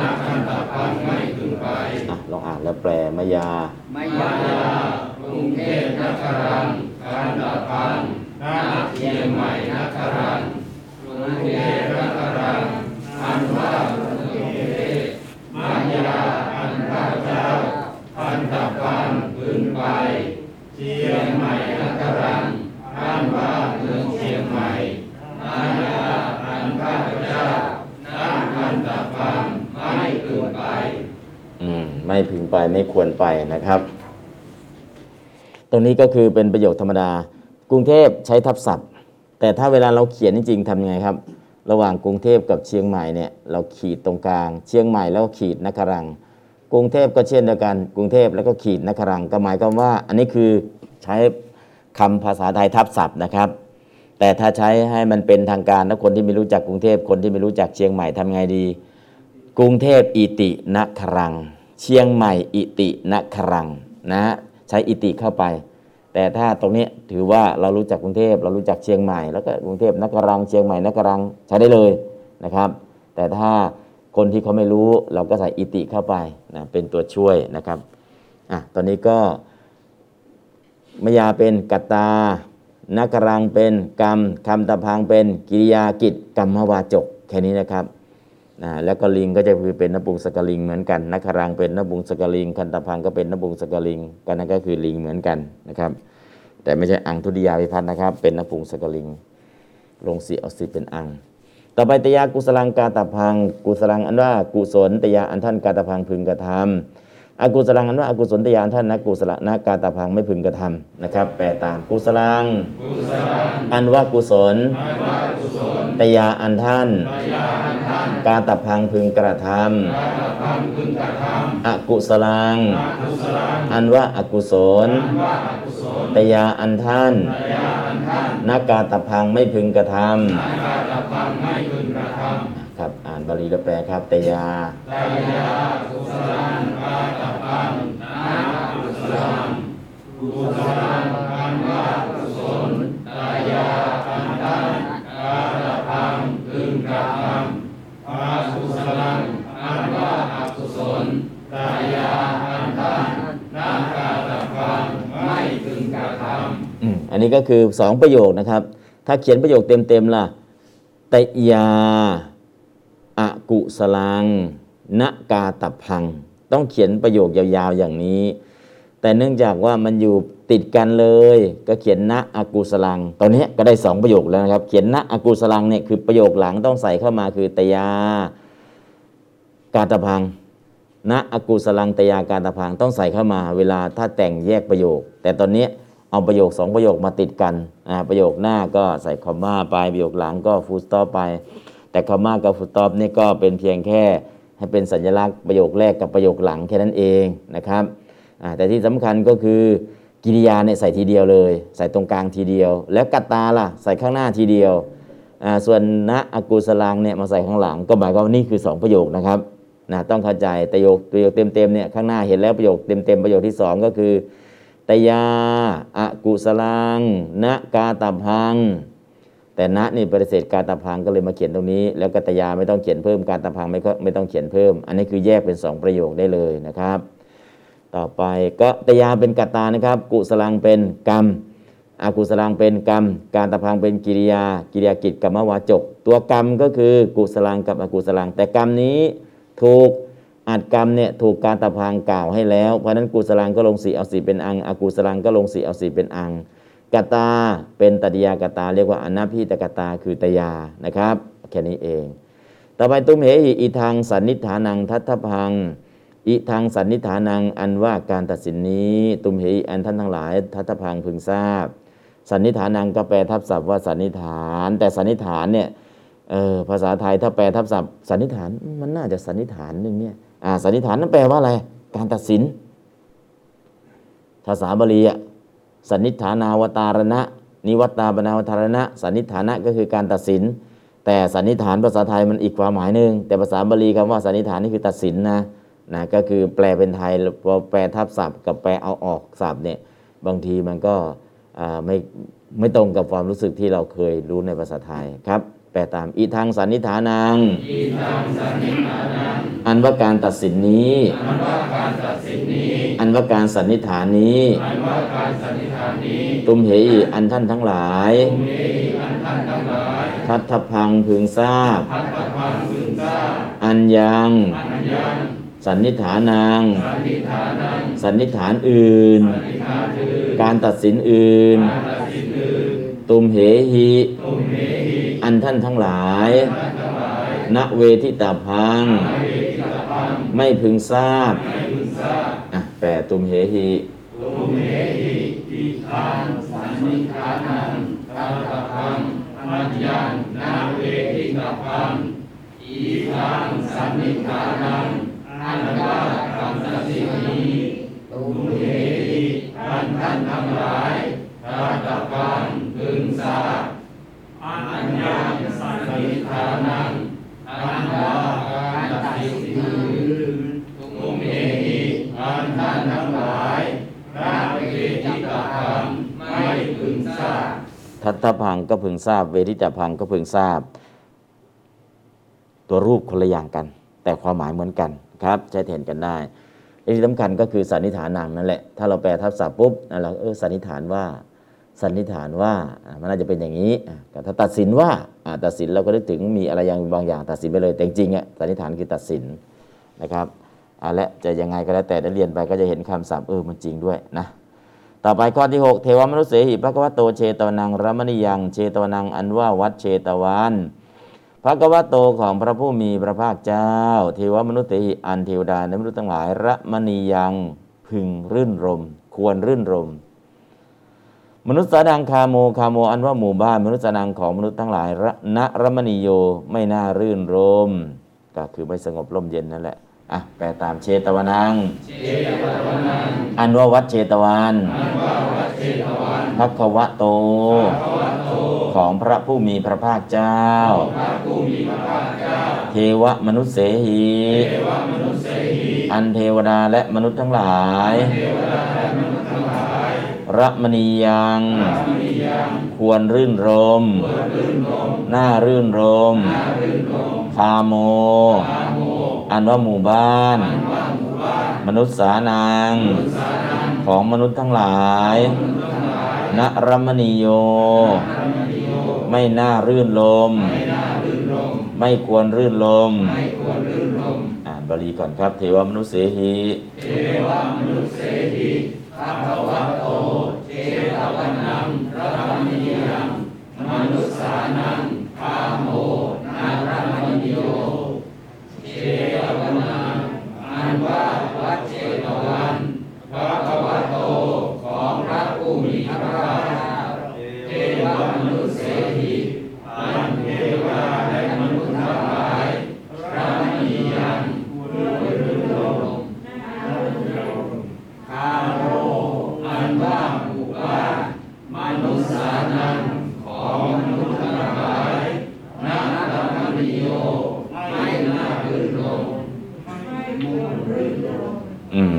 อ่ะลองอ่านแล้วแปลมยามยากรุงเทพนครังคันตพังณเชียงใหม่นครังกรุงเทพนครังอันว่าเมืองกรุงเทพมยาอันข้าพเจ้าคันตพังพึงไปเชียงใหม่นครังอันว่าเมืองเชียงใหม่มยาอันข้าพเจ้าณคันตพังไม่พึงไปอืมไม่พึงไปไม่ควรไปนะครับตรงนี้ก็คือเป็นประโยคธรรมดากรุงเทพใช้ทับศัพท์แต่ถ้าเวลาเราเขียนจริงๆทำยังไงครับระหว่างกรุงเทพกับเชียงใหม่เนี่ยเราขีดตรงกลางเชียงใหม่แล้วก็ขีดนครังกรุงเทพก็เช่นเดียวกันกรุงเทพแล้วก็ขีดนครังก็หมายความว่าอันนี้คือใช้คำภาษาไทยทับศัพท์นะครับแต่ถ้าใช้ให้มันเป็นทางการแล้วคนที่ไม่รู้จักกรุงเทพคนที่ไม่รู้จักเชียงใหม่ทำไงดีกรุงเทพอิตินครังเชียงใหม่อิตินครังนะใช้อิติเข้าไปแต่ถ้าตรงนี้ถือว่าเรารู้จักกรุงเทพเรารู้จักเชียงใหม่แล้วก็กรุงเทพนครังเชียงใหม่นครังใช้ได้เลยนะครับแต่ถ้าคนที่เขาไม่รู้เราก็ใส่อิติเข้าไปนะเป็นตัวช่วยนะครับอ่ะตอนนี้ก็มยาเป็นกัตตานครังเป็นกรรมคำตะพังเป็นกิริยากิจกรรมวาจกแค่นี้นะครับนะแล้วก็ลิงก็จะคือเป็นนปุงสกลิงเหมือนกันนครังเป็นนปุงสกลิงคันตะพังก็เป็นนปุงสกลิงกันนั่นก็คือลิงเหมือนกันนะครับแต่ไม่ใช่อังทุติยาวิภัตนะครับเป็นนพุงสกลิงลงสีเอาสีเป็นอังต่อไปตยากุศลังกาตพังกุศลังอันว่ากุศลตยาอันท่านกาตพังพึงกระทำอกุศลังอันว่าอกุศลตยาอันท่านนักกุศลนักกาตพังไม่พึงกระทำนะครับแปลตามกุศลังอันว่ากุศลตยาอันท่านกาตพังพึงกระทำอกุศลังอันว่าอกุศลตยาอันท่านนักกาตพังไม่พึงกระทำครับอ่านบาลีแล้วแปลครับตยากุศลังกาตพังนักกุศลังกุศลังอันว่ากุศลตยาอันท่านกาตพังพึงกระทำอกุศลังอันว่าอกุศลตยาอันท่านนักกาตพังไม่พึงกระทำอืมอันนี้ก็คือสองประโยคนะครับถ้าเขียนประโยคเต็มๆล่ะตยาอกุศลังนกาตพังต้องเขียนประโยคยาวๆอย่างนี้แต่เนื่องจากว่ามันอยู่ติดกันเลยก็เขียนณอกุศลังตอนนี้ก็ได้สองประโยคแล้วนะครับเขียนณอกุศลังเนี่ยคือประโยคหลังต้องใส่เข้ามาคือตยากาตพังณอกุศลังตยากาตพังต้องใส่เข้ามาเวลาถ้าแต่งแยกประโยคแต่ตอนนี้เอาประโยคสองประโยคมาติดกันอ่าประโยคหน้าก็ใส่คอมม่าไปประโยคหลังก็ฟูลสต็อปไปแต่คอมม่ากับฟูลสต็อปนี่ก็เป็นเพียงแค่ให้เป็นสัญลักษณ์ประโยคแรกกับประโยคหลังแค่นั้นเองนะครับแต่ที่สำคัญก็คือกิริยาเนี่ยใส่ทีเดียวเลยใส่ตรงกลางทีเดียวแล้วกัตตาล่ะใส่ข้างหน้าทีเดียวส่วนณอกุศลังเนี่ยมาใส่ข้างหลังก็หมายความว่านี่คือสองประโยคนะครับนะต้องเข้าใจประโยคประโยคเต็มๆเนี่ยข้างหน้าเห็นแล้วประโยคเต็มๆประโยคที่สองก็คือตยาอกุศลังณกาตพังแต่ณนี่ปฏิเสธกาตพังก็เลยมาเขียนตรงนี้แล้วกัตยาไม่ต้องเขียนเพิ่มกาตพังไม่ก็ไม่ต้องเขียนเพิ่มอันนี้คือแยกเป็นสองประโยคได้เลยนะครับต่อไปก็ตยาเป็นกัตตานะครับกุศลังเป็นกรรมอกุศลังเป็นกรรมการตพังเป็นกิริยากิริยากิจกรรมวาจกตัวกรรมก็คือกุศลังกับอกุศลังแต่กรรมนี้ถูกอัดกรรมเนี่ยถูกการตพังกล่าวให้แล้วเพราะฉะนั้นกุศลังก็ลงสีเอาสีเป็นอังอกุศลังก็ลงสีเอาสีเป็นอังกัตตาเป็นตติยากัตตาเรียกว่าอนัพพิตกัตตาคือตยานะครับแค่นี้เองต่อไปตุมเหหิอีทางสันนิฐานังทัตถพังอิทางสันนิฐานังอันว่าการตัดสินนี้ตุมเหหิอันท่านทั้งหลายทัตถพังพึงทราบสันนิฐานังก็แปลทับศัพท์ว่าสันนิฐานแต่สันนิฐานเนี่ยเออภาษาไทยถ้าแปลทับศัพท์สันนิฐานมันน่าจะสันนิฐานนึงเนี่ยอ่าสันนิฐานนั้นแปลว่าอะไรการตัดสินภาษาบาลีอะสันนิฐานาวตารณะนิวัตตาปนาวตารณะสันนิฐานะก็คือการตัดสินแต่สันนิฐานภาษาไทยมันอีกความหมายนึงแต่ภาษาบาลีคำว่าสันนิฐานนี่คือตัดสินนะนะก็คือแปลเป็นไทยพอแปลทับศัพท์กับแปลเอาออกศัพท์เนี่ยบางทีมันก็ไม่ไม่ตรงกับความรู้สึกที่เราเคยรู้ในภาษาไทยครับแปลตามอีทางสันนิฐานังอันว่าการตัดสินนี้อันว่าการสันนิฐานนี้ตุมเหหิอันท่านทั้งหลายทัตถพังพึงทราบอันยังสันนิฐานังสันนิฐานอื่นการตัดสินอื่นตุมเหหิอันท่านทั้งหลายณเวทิตาพังไม่พึงทราบอ่ะแปลตุมเหหิตุมเหหิอิทังสันนิฐานังทัตถพังมัจยันณเวทิตาพังอิทังสันนิฐานังอันว่าการตัดสินนี้ตุมเหหิอันท่านทั้งหลายทัตถพังพึงทราบอันยังสันนิฐานังอันว่าการตัดสินอื่นตุมเหหิอันท่านทั้งหลายณเวทิตาพังไม่พึงทราบทัตถพังก็พึงทราบเวทิตาพังก็พึงทราบตัวรูปคนละอย่างกันแต่ความหมายเหมือนกันครับใช้แทนกันได้ที่สำคัญก็คือสันนิฐานังนั่นแหละถ้าเราแปลทับศัพท์ปุ๊บเราเออสันนิฐานว่าสันนิฐานว่ามันน่าจะเป็นอย่างนี้แต่ถ้าตัดสินว่าตัดสินเราก็นึกถึงมีอะไรอย่างบางอย่างตัดสินไปเลยแต่จริงๆอ่ะสันนิฐานคือตัดสินนะครับและจะยังไงก็แล้วแต่ได้เรียนไปก็จะเห็นคำศัพท์เออมันจริงด้วยนะต่อไปข้อที่หกเทวมนุษย์เสหิภควโตเชตวนังรมณียังเชตวนังอันว่าวัดเชตวันภควโตของพระผู้มีพระภาคเจ้าเทวมนุษย์เสหิอันเทวดาในมนุษย์ทั้งหลายรมณียังพึงรื่นรมควรรื่นรมมนุษย์สานังคาโมคาโมอันว่าหมู่บ้านมนุษย์สานังของมนุษย์ทั้งหลายระณรมณีโยไม่น่ารื่นรมก็คือไม่สงบร่มเย็นนั่นแหละอ่ะแปลตามเชตวนังอันว่าวัดเชตวันภควโตของพระผู้มีพระภาคเจ้าเทวมนุษย์เสหิอันเทวดาและมนุษย์ทั้งหลายรมณียังควรรื่นรมน่ารื่นรมคาโมอันว่าหมู่บ้านมนุษย์สานังของมนุษย์ทั้งหลายณรมณีโยไม่น่ารื่นรมไม่ควรรื่นรมอ่านบาลีก่อนครับเทวมนุษย์เสหิเทวมนุษย์เสหิภควโตเชตวนังรมณียังมนุษย์สานังคาโมนารมณีโยเชตวนังอันว่าวัดเชตวันภควโตของพระผู้มีพระภาคเจ้าเทวมนุษย์เสหิอันเทวดาและมนุษย์ทั้งหลายรมณียังคาโมอันว่าหมู่บ้านมนุษย์สานังของมนุษย์ทั้งหลายณรมณีโยไม่น่ารื่นรมอืม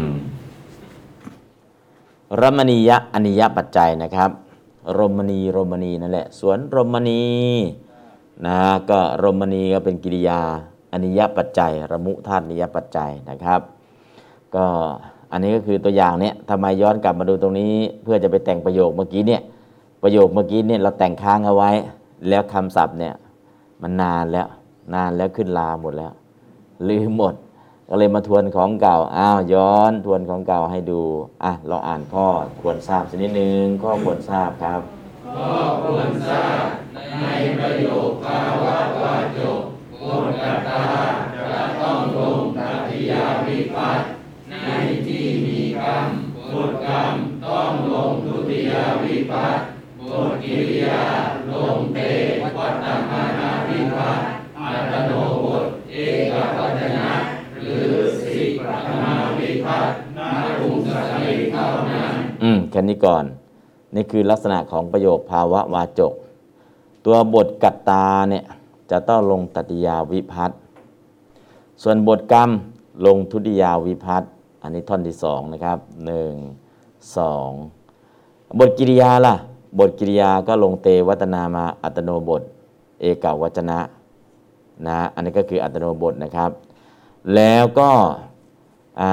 รมณียะอนิยปัจจัยนะครับรมณีรมณีนั่นแหละสวนรมณีนะก็รมณีก็เป็นกิริยาอนิยปัจจัยระมุธาตุนิยปัจจัยนะครับก็อันนี้ก็คือตัวอย่างเนี้ยทำไมย้อนกลับมาดูตรงนี้เพื่อจะไปแต่งประโยคเมื่อกี้เนี่ยประโยคเมื่อกี้เนี่ยเราแต่งค้างเอาไว้แล้วคำศัพท์เนี่ยมันนานแล้วนานแล้วขึ้นลาหมดแล้วลืมหมดก็เลยมาทวนของเก่าอ้าวย้อนทวนของเก่าให้ดูอ่ะลองอ่านข้อควรทราบสักนิดนึงข้อควรทราบครับข้อควรทราบในประโยคภาวะวาจกบทกตาจะต้องลงตติยาวิภัตติในที่มีกรรมบทกรรมต้องลงทุติยาวิภัตติบทกิริยาลงเตวัตตมานาวิภัตติอัตโนบทเอกวจนะหรือสิปฐมาวิภัตตินาปุงสลิเท่านั้นอืมแค่นี้ก่อนนี่คือลักษณะของประโยคภาวะวาจกตัวบทกัตตาเนี่ยจะต้องลงตติยาวิภัตติส่วนบทกรรมลงทุติยาวิภัตติอันนี้ท่อนที่สองนะครับหนึ่งสองบทกิริยาล่ะบทกิริยาก็ลงเตวัตนามาอัตโนบทเอกวจนะนะอันนี้ก็คืออัตโนบทนะครับแล้วก็อ่า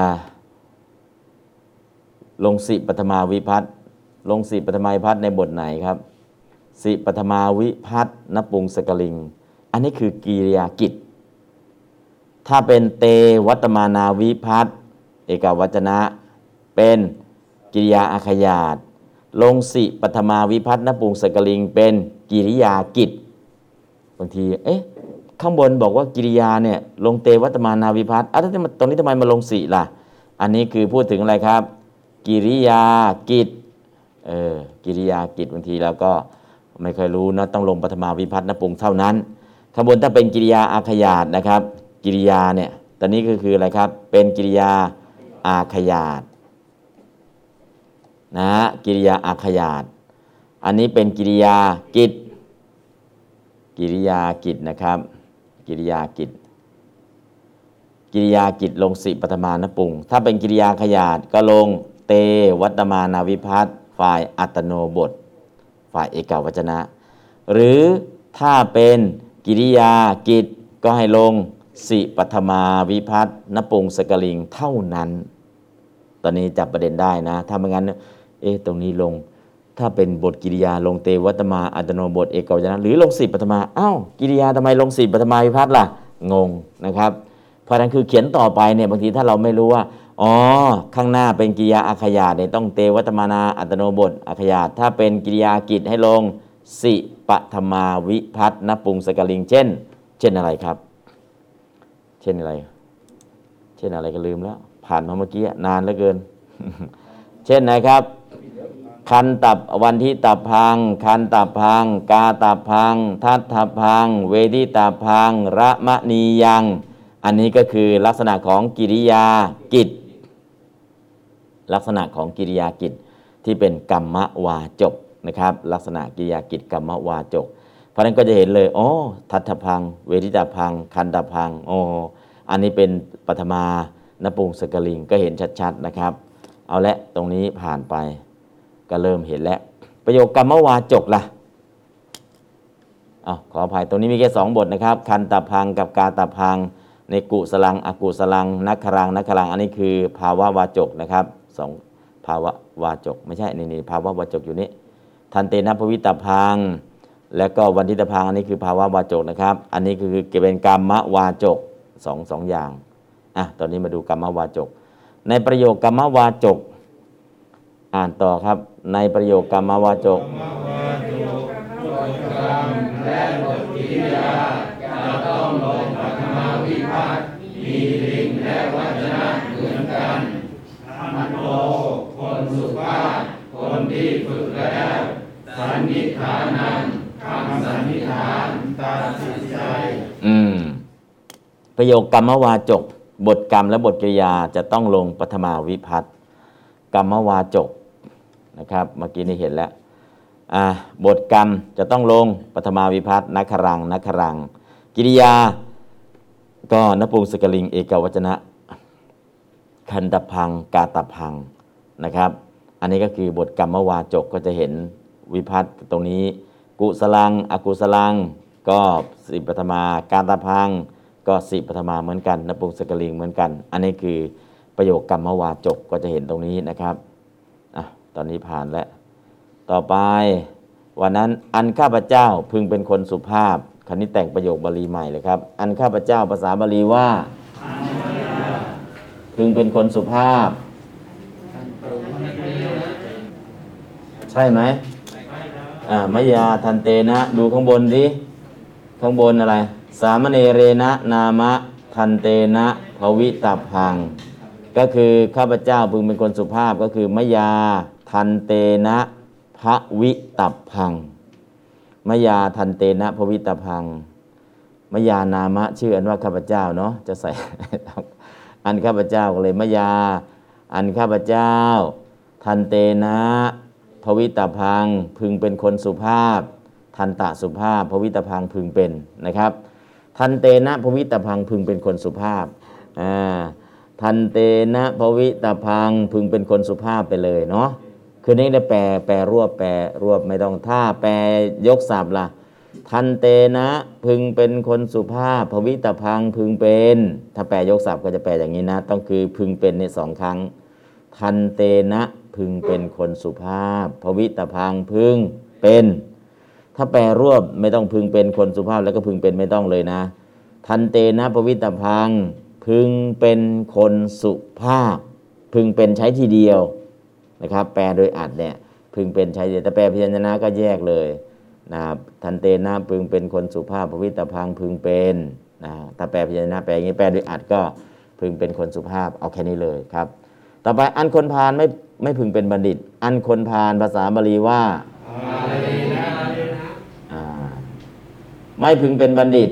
ลงสิปฐมาวิภัตติลงสิปฐมาวิภัตติในบทไหนครับสิปฐมาวิภัตตินปุงสกลิงอันนี้คือกิริยากิจถ้าเป็นเตวัตมานาวิภัตติเอกวจนะเป็นกิริยาอาขยาตลงสิปฐมาวิภัตตินปุงสกลิงเป็นกิริยากิจบางทีเอ๊ะข้างบนบอกว่ากิริยาเนี่ยลงเตวัตมานาวิภัตติอ่ะตรงนี้ทำไมมาลงสิล่ะอันนี้คือพูดถึงอะไรครับกิริยากิจเออกิริยากิจบางทีเราก็ไม่เคยรู้นะต้องลงปฐมาวิภัตตินปุงเท่านั้นข้างบนถ้าเป็นกิริยาอาขยาตนะครับกิริยาเนี่ยตอนนี้ก็คืออะไรครับเป็นกิริยาอาขยาตนะกิริยาอาขยาตอันนี้เป็นกิริยากิจกิริยากิจนะครับกิริยากิจกิริยากิจลงสิปฐมานปุงถ้าเป็นกิริยาขยาตก็ลงเตวัตมานาวิภัตติฝ่ายอัตโนบทฝ่ายเอกวจนะหรือถ้าเป็นกิริยากิจก็ให้ลงสิปฐมาวิภัตตินปุงสกลิงเท่านั้นตอนนี้จับประเด็นได้นะถ้าไม่งั้นเอ๊ะตรงนี้ลงถ้าเป็นบทกิริยาลงเตวัตมาอัตโนบทเอกวจนะหรือลงสิปฐมาอ้าวกิริยาทำไมลงสิปฐมาวิภัตติล่ะงงนะครับเพราะนั้นคือเขียนต่อไปเนี่ยบางทีถ้าเราไม่รู้ว่าอ๋อข้างหน้าเป็นกิริยาอาขยาตเนี่ยต้องเตวัตมานาอัตโนบทอาขยาตถ้าเป็นกิริยากิจให้ลงสิปฐมาวิภัตนปุงสกลิงเช่นเช่นอะไรครับเช่นอะไรเช่นอะไรก็ลืมแล้วผ่านมาเมื่อกี้นานเหลือเกิน เช่นไหนครับคันตับวันที่ตับพังคันตับพังกาตับพังทัตตับพังเวทิตับพังระมะนียังอันนี้ก็คือลักษณะของกิริยากิจลักษณะของกิริยากิจที่เป็นกรรมวาจกนะครับลักษณะกิริยากิจกรรมวาจกเพราะฉะนั้นก็จะเห็นเลยอ๋อทัตถพังเวทิตาพังคันตพังโอ้อันนี้เป็นปฐมานปุงสกลิงก็เห็นชัดๆนะครับเอาละตรงนี้ผ่านไปก็เริ่มเห็นแล้วประโยคกรรมวาจกล่ะอ้าวขออภัยตรงนี้มีแค่สองบทนะครับคันตพังกับกาตพังในกุสลังอกุสลังนักขรังนักขรังอันนี้คือภาวะวาจกนะครับสองภาวะวาจกไม่ใช่นี่นี่ภาวะวาจกอยู่นี่ทันเตนะภวิตพังแล้วก็วันทิตพังอันนี้คือภาวะวาจกนะครับอันนี้คือเป็นกรรมวาจกสองสองอย่างอ่ะตอนนี้มาดูกรรมวาจกในประโยคกรรมวาจกอ่านต่อครับในประโยคกรรมวาจกและบทกิริยาจะต้องลงปฐมวิภัตมีลิงและวจนะเหมือนกันมโนคนสุภาพคนที่ฝึกแล้วสันนิฐานังคำสันนิฐานตัดสินใจอืมประโยคกรรมวาจกบทกรรมและบทกริยาจะต้องลงปฐมวิภัตกรรมวาจกนะครับเมื่อกี้นี้เห็นแล้วอ่าบทกรรมจะต้องลงปฐมวิภัตนักขรังนักขรังกิริยาก็นปุงสกลิงเอกวจนะคันตพังกาตพังนะครับอันนี้ก็คือบทกรรมวาจกก็จะเห็นวิภัตตรงนี้กุสลังอกุสลังก็สิปฐมากาตพังก็สิปฐมาเหมือนกันนปุงสกลิงเหมือนกันอันนี้คือประโยคกรรมวาจกก็จะเห็นตรงนี้นะครับอ่ะตอนนี้ผ่านแล้วต่อไปวันนั้นอันข้าพเจ้าพึงเป็นคนสุภาพคราวนี้แต่งประโยคบาลีใหม่เลยครับอันข้าพเจ้าภาษาบาลีว่าพึงเป็นคนสุภาพใช่ไหมอ่ามยาทันเตนะดูข้างบนดิข้างบนอะไรสามเณเรนะนามะทันเตนะภวิตพังก็คือข้าพเจ้าพึงเป็นคนสุภาพก็คือมยาทันเตนะภวิตพังมยาทันเตนะภวิตพังมยานามะชื่ออันว่าข้าพเจ้าเนาะจะใส่ อันข้าพเจ้าก็เลยมยาอันข้าพเจ้าทันเตนะภวิตพังพึงเป็นคนสุภาพทันตะสุภาพภวิตพังพึงเป็นนะครับทันเตนะภวิตพังพึงเป็นคนสุภาพอ่าทันเตนะภวิตพังพึงเป็นคนสุภาพไปเลยเนาะคือนี้ได้แปลแปลรวบแปลรวบไม่ต้องถ้าแปลยกศัพท์ล่ะทันเตนะพึงเป็นคนสุภาพภวิตพังพึงเป็นถ้าแปลยกศัพท์ก็จะแปลอย่างนี้นะต้องคือพึงเป็นในสองครั้งทันเตนะพึงเป็นคนสุภาพภวิตพังพึงเป็นถ้าแปลรวบไม่ต้องพึงเป็นคนสุภาพแล้วก็พึงเป็นไม่ต้องเลยนะทันเตนะภวิตพังพึงเป็นคนสุภาพพึงเป็นใช้ทีเดียวนะครับแปลโดยอัดเนี่ยพึงเป็นใช้เดียวแต่แปลพยัญชนะก็แยกเลยนะครับทันเตนะพึงเป็นคนสุภาพภวิตพังพึงเป็นนะถ้าแปลพยัญชนะแปลอย่างนี้แปลโดยอัดก็พึงเป็นคนสุภาพเอาแค่นี้เลยครับต่อไปอันคนพาลไม่ไม่พึงเป็นบัณฑิตอันคนพาลภาษาบาลีว่าอ่าไม่พึงเป็นบัณฑิต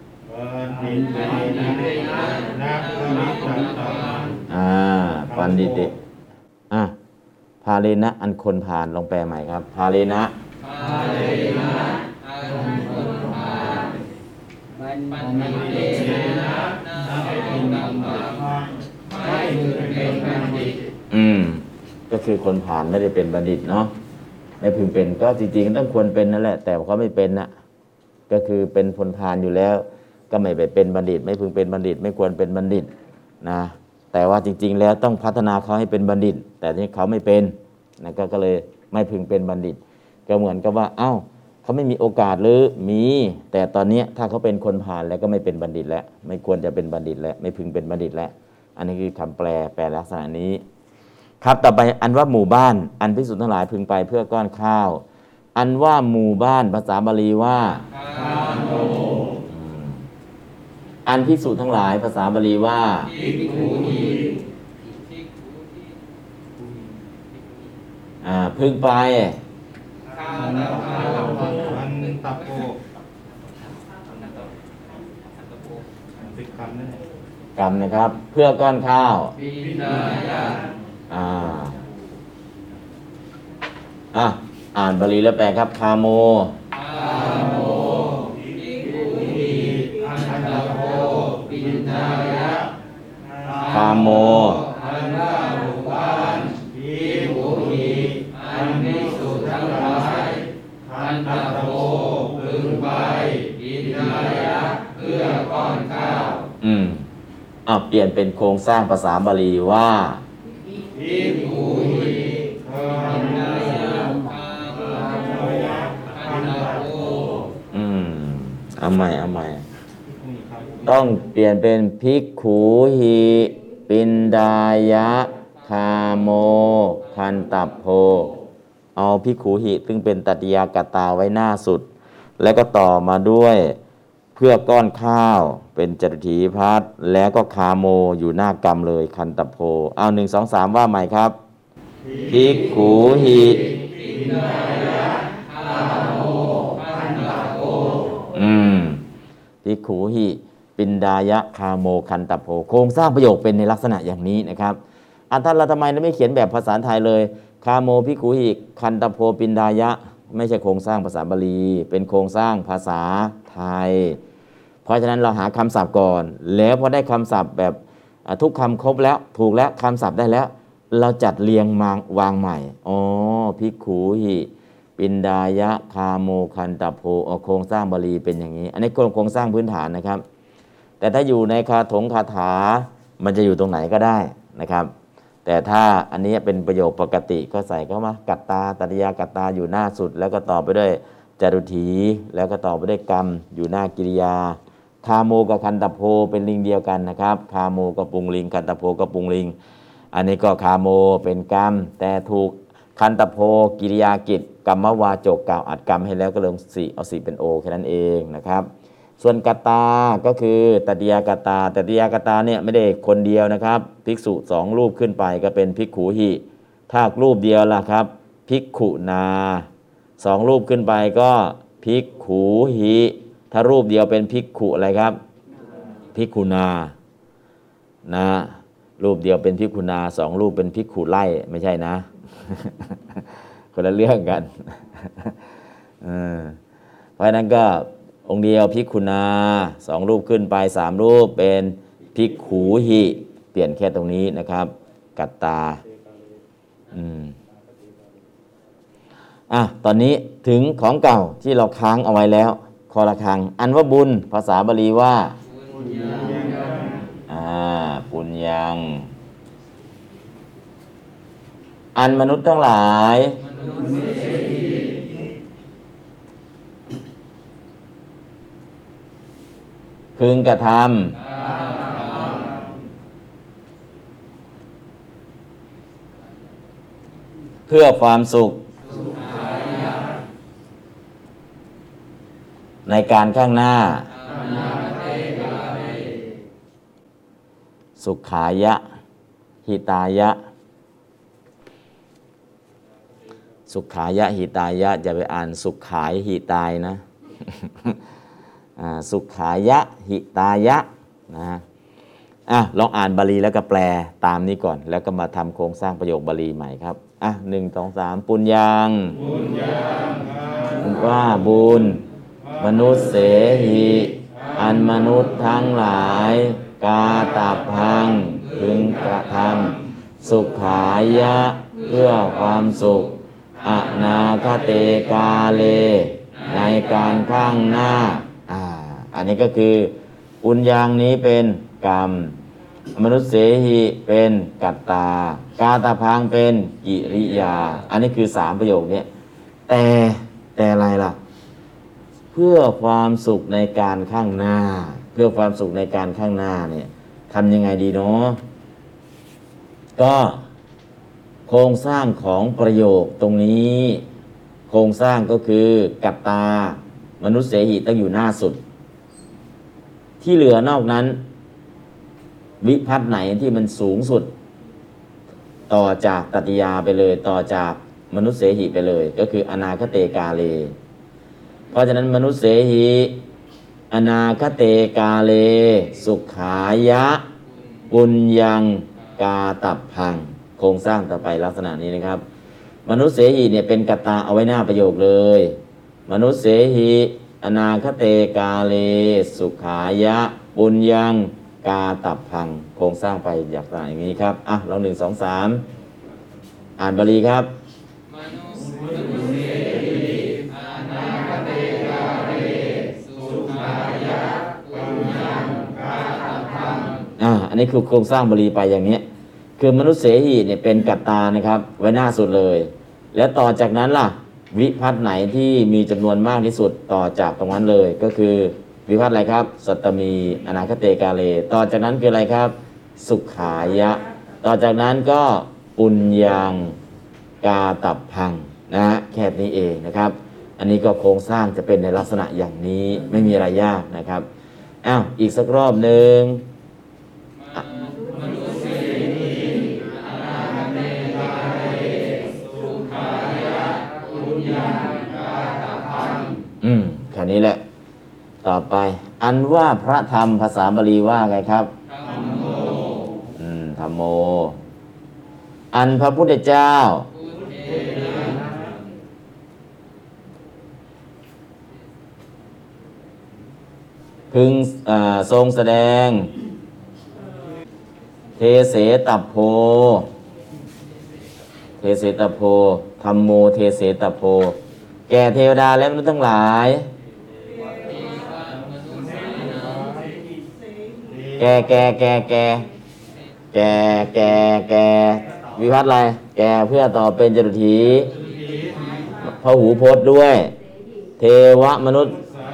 อ่าบัณฑิตอ่ะพาเลนะอันคนพาลลองแปลใหม่ครับพาเลนะพาเลนะอันคนพาลบัณฑิตนะไม่พึงเป็นบัณฑิตอืมก็คือคนพาลไม่ได้เป็นบัณฑิตเนาะไม่พึงเป็นก็จริงๆต้องควรเป็นนั่นแหละแต่เขาไม่เป็นนะก็คือเป็นคนพาลอยู่แล้วก็ไม่ไปเป็นบัณฑิตไม่พึงเป็นบัณฑิตไม่ควรเป็นบัณฑิตนะแต่ว่าจริงๆแล้วต้องพัฒนาเขาให้เป็นบัณฑิตแต่นี่เขาไม่เป็นนะก็ก็เลยไม่พึงเป็นบัณฑิตก็เหมือนกับว่าเอ้าเขาไม่มีโอกาสหรือมีแต่ตอนนี้ถ้าเขาเป็นคนพาลแล้วก็ไม่เป็นบัณฑิตแล้วไม่ควรจะเป็นบัณฑิตแล้วไม่พึงเป็นบัณฑิตแล้วอันนี้คือคำแปลแปลลักษณะนี้ครับต่อไปอันว่าหมู่บ้านอันภิกษุทั้งหลายพึงไปเพื่อก้อนข้าวอันว่าหมู่บ้านภาษาบาลีว่าอันภิกษุทั้งหลายภาษาบาลีว่าอ่าพึงไป
อันตะโพติดคำนั่นแหละ
กรรมนะครับเพื่อก้อนข้าวอ่าอ่ะอ่านบาลีแล้วแปลครับคาโมคาโมอืมอ่ะเปลี่ยนเป็นโครงสร้างภาษาบาลีว่าอืมเอาใหม่เอาใหม่ต้องเปลี่ยนเป็นภิกขุหิปินดายะคาโมคันตัปโพเอาภิกขุหิซึ่งเป็นตติยากตาไว้หน้าสุดแล้วก็ต่อมาด้วยเพื่อก้อนข้าวเป็นจตุถีพัฒน์แล้วก็คาโมอยู่หน้ากรรมเลยคันตโพเอาหนึ่งสองสามว่าใหม่ครับภิกขุหิอืมภิกขุหิปินดายะคาโมคันตโพโครงสร้างประโยคเป็นในลักษณะอย่างนี้นะครับอ่ะท่านเราทำไมเราไม่เขียนแบบภาษาไทยเลยคาโมภิกขุหิคันตโพปินดายะไม่ใช่โครงสร้างภาษาบาลีเป็นโครงสร้างภาษาไทยเพราะฉะนั้นเราหาคำศัพท์ก่อนแล้วพอได้คำศัพท์แบบทุกคำครบแล้วถูกแล้วคำศัพท์ได้แล้วเราจัดเรียงมาวางใหม่อ๋อภิกขุหิปินดายะคาโมคันตโพโครงสร้างบาลีเป็นอย่างนี้อันนี้โครงสร้างพื้นฐานนะครับแต่ถ้าอยู่ในคาถงคาถามันจะอยู่ตรงไหนก็ได้นะครับแต่ถ้าอันนี้เป็นประโยคปกติก็ใส่เข้ามากัตตาตติยากัตตาอยู่หน้าสุดแล้วก็ต่อไปด้วยจตุถีแล้วก็ต่อไปด้วยกรรมอยู่หน้ากิริยาคาโมกับคันตโพเป็นลิงเดียวกันนะครับคาโมกับปุงลิงคันตโพกับปุงลิงอันนี้ก็คาโมเป็นกรรมแต่ถูกคันตโพกิริยากิจกรรมวาจกกล่าวอัดกรรมให้แล้วก็ลงสีเอาสีเป็นโอแค่นั้นเองนะครับส่วนกตาก็คือตติยากตาตติยากตาเนี่ยไม่ได้คนเดียวนะครับภิกษุสองรูปขึ้นไปก็เป็นภิกขุหิถ้ารูปเดียวล่ะครับภิกขุนาสองรูปขึ้นไปก็ภิกขุหิถ้ารูปเดียวเป็นภิกขุอะไรครับภิกขุนานะรูปเดียวเป็นภิกขุนาสองรูปเป็นภิกขุไล่ไม่ใช่นะ คนละเรื่องกัน เพราะนั้นก็องค์เดียวภิกขุนาสองรูปขึ้นไปสามรูปเป็นภิกขุหิเปลี่ยนแค่ตรงนี้นะครับกัตตาอืมอ่ะตอนนี้ถึงของเก่าที่เราค้างเอาไว้แล้วคอระฆังอันว่าบุญภาษาบาลีว่าอ่าปุญญังอันมนุษย์ทั้งหลายพึงกระทำเพื่อความสุขในการข้างหน้าสุขายะหิตายะสุขายะหิตายะจะไปอ่านสุขขายหิตายนะ สุขายะหิตายะนะอ่ะลองอ่านบาลีแล้วก็แปลตามนี้ก่อนแล้วก็มาทำโครงสร้างประโยคบาลีใหม่ครับอ่ะหนึ่งสองสามปุญญังว่าบุญมนุษย์เสหิอันมนุษย์ทั้งหลายกาตาพังพึงกระทำสุขายะเพื่อความสุขอนาคเตกาเลในการข้างหน้าอ่าอันนี้ก็คือปุญญังนี้เป็นกรรมมนุษย์เสหิเป็นกัตตากาตาพังเป็นกิริยาอันนี้คือสามประโยคนี้แต่แต่อะไรล่ะเพื่อความสุขในการข้างหน้าเพื่อความสุขในการข้างหน้าเนี่ยทำยังไงดีเนาะก็โครงสร้างของประโยคตรงนี้ โครงสร้างก็คือกัตตามนุษย์เสหิต้องอยู่หน้าสุด ที่เหลือนอกนั้น วิภัตไหนที่มันสูงสุด ต่อจากตัตติยาไปเลย ต่อจากมนุษย์เสหิไปเลย ก็คืออนาคเตกาเล เพราะฉะนั้นมนุษย์เสหิอนาคเตกาเล สุขายะปุญญังกาตับพัง โครงสร้างต่อไปลักษณะนี้นะครับ มนุษย์เสหิเนี่ยเป็นกัตตาเอาไว้หน้าประโยคเลย มนุษย์เสหิอนาคเตกาเล สุขายะปุญญังกาตับพัง โครงสร้างไปอย่างนี้ครับอ่ะลองหนึ่งสองสามอ่านบาลีครับอ่าอันนี้คือโครงสร้างบาลีไปอย่างนี้คือมนุษย์เสหิเนี่ยเป็นกัตตานะครับไว้หน้าสุดเลยแล้วต่อจากนั้นล่ะวิภัตไหนที่มีจำนวนมากที่สุดต่อจากตรงนั้นเลยก็คือวิภัตอะไรครับสัตตมีอนาคเตกาเลต่อจากนั้นคืออะไรครับสุขายะต่อจากนั้นก็ปุญญังกาตับพังนะฮะแค่นี้เองนะครับอันนี้ก็โครงสร้างจะเป็นในลักษณะอย่างนี้ไม่มีอะไรยากนะครับอ้าวอีกสักรอบหนึ่งอืมแค่นี้แหละต่อไปอันว่าพระธรรมภาษาบาลีว่าไงครับธัมโมอืมธัมโมอันพระพุทธเจ้าพึงทรงแสดงเทเสตัพโพเทเสตัพโพธัมโมเทเสตัพโพแก่เทวดาและมนุษย์ทั้งหลายแก่แก่แก่แก่แก่แก่แก่วิภัตอะไรแก่เพื่อต่อเป็นจตุถีพหูพจน์ด้วยเทวมนุษย์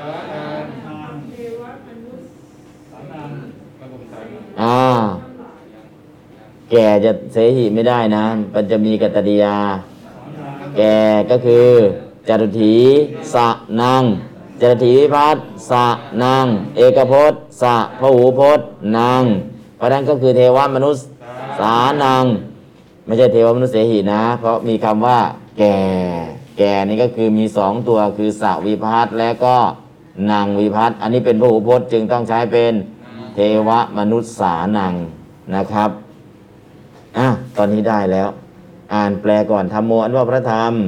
อ่าแก่จะเสหิไม่ได้นะมันจะมีกัตติยาแก่ก็คือจตุถีสะนังจตุถีวิภัตสะนังเอกพจน์สะพหูพจน์นังเพราะนั้นก็คือเทวมนุษย์สานังไม่ใช่เทวมนุษย์เสหินะเพราะมีคำว่าแก่แก่นี่ก็คือมีสองตัวคือสะวิภัตและก็นางวิภัตอันนี้เป็นพหูพจน์จึงต้องใช้เป็นเทวมนุษย์สานังนะครับอ่ะตอนนี้ได้แล้วอ่านแปลก่อนธัมโมอันว่าพระธรรม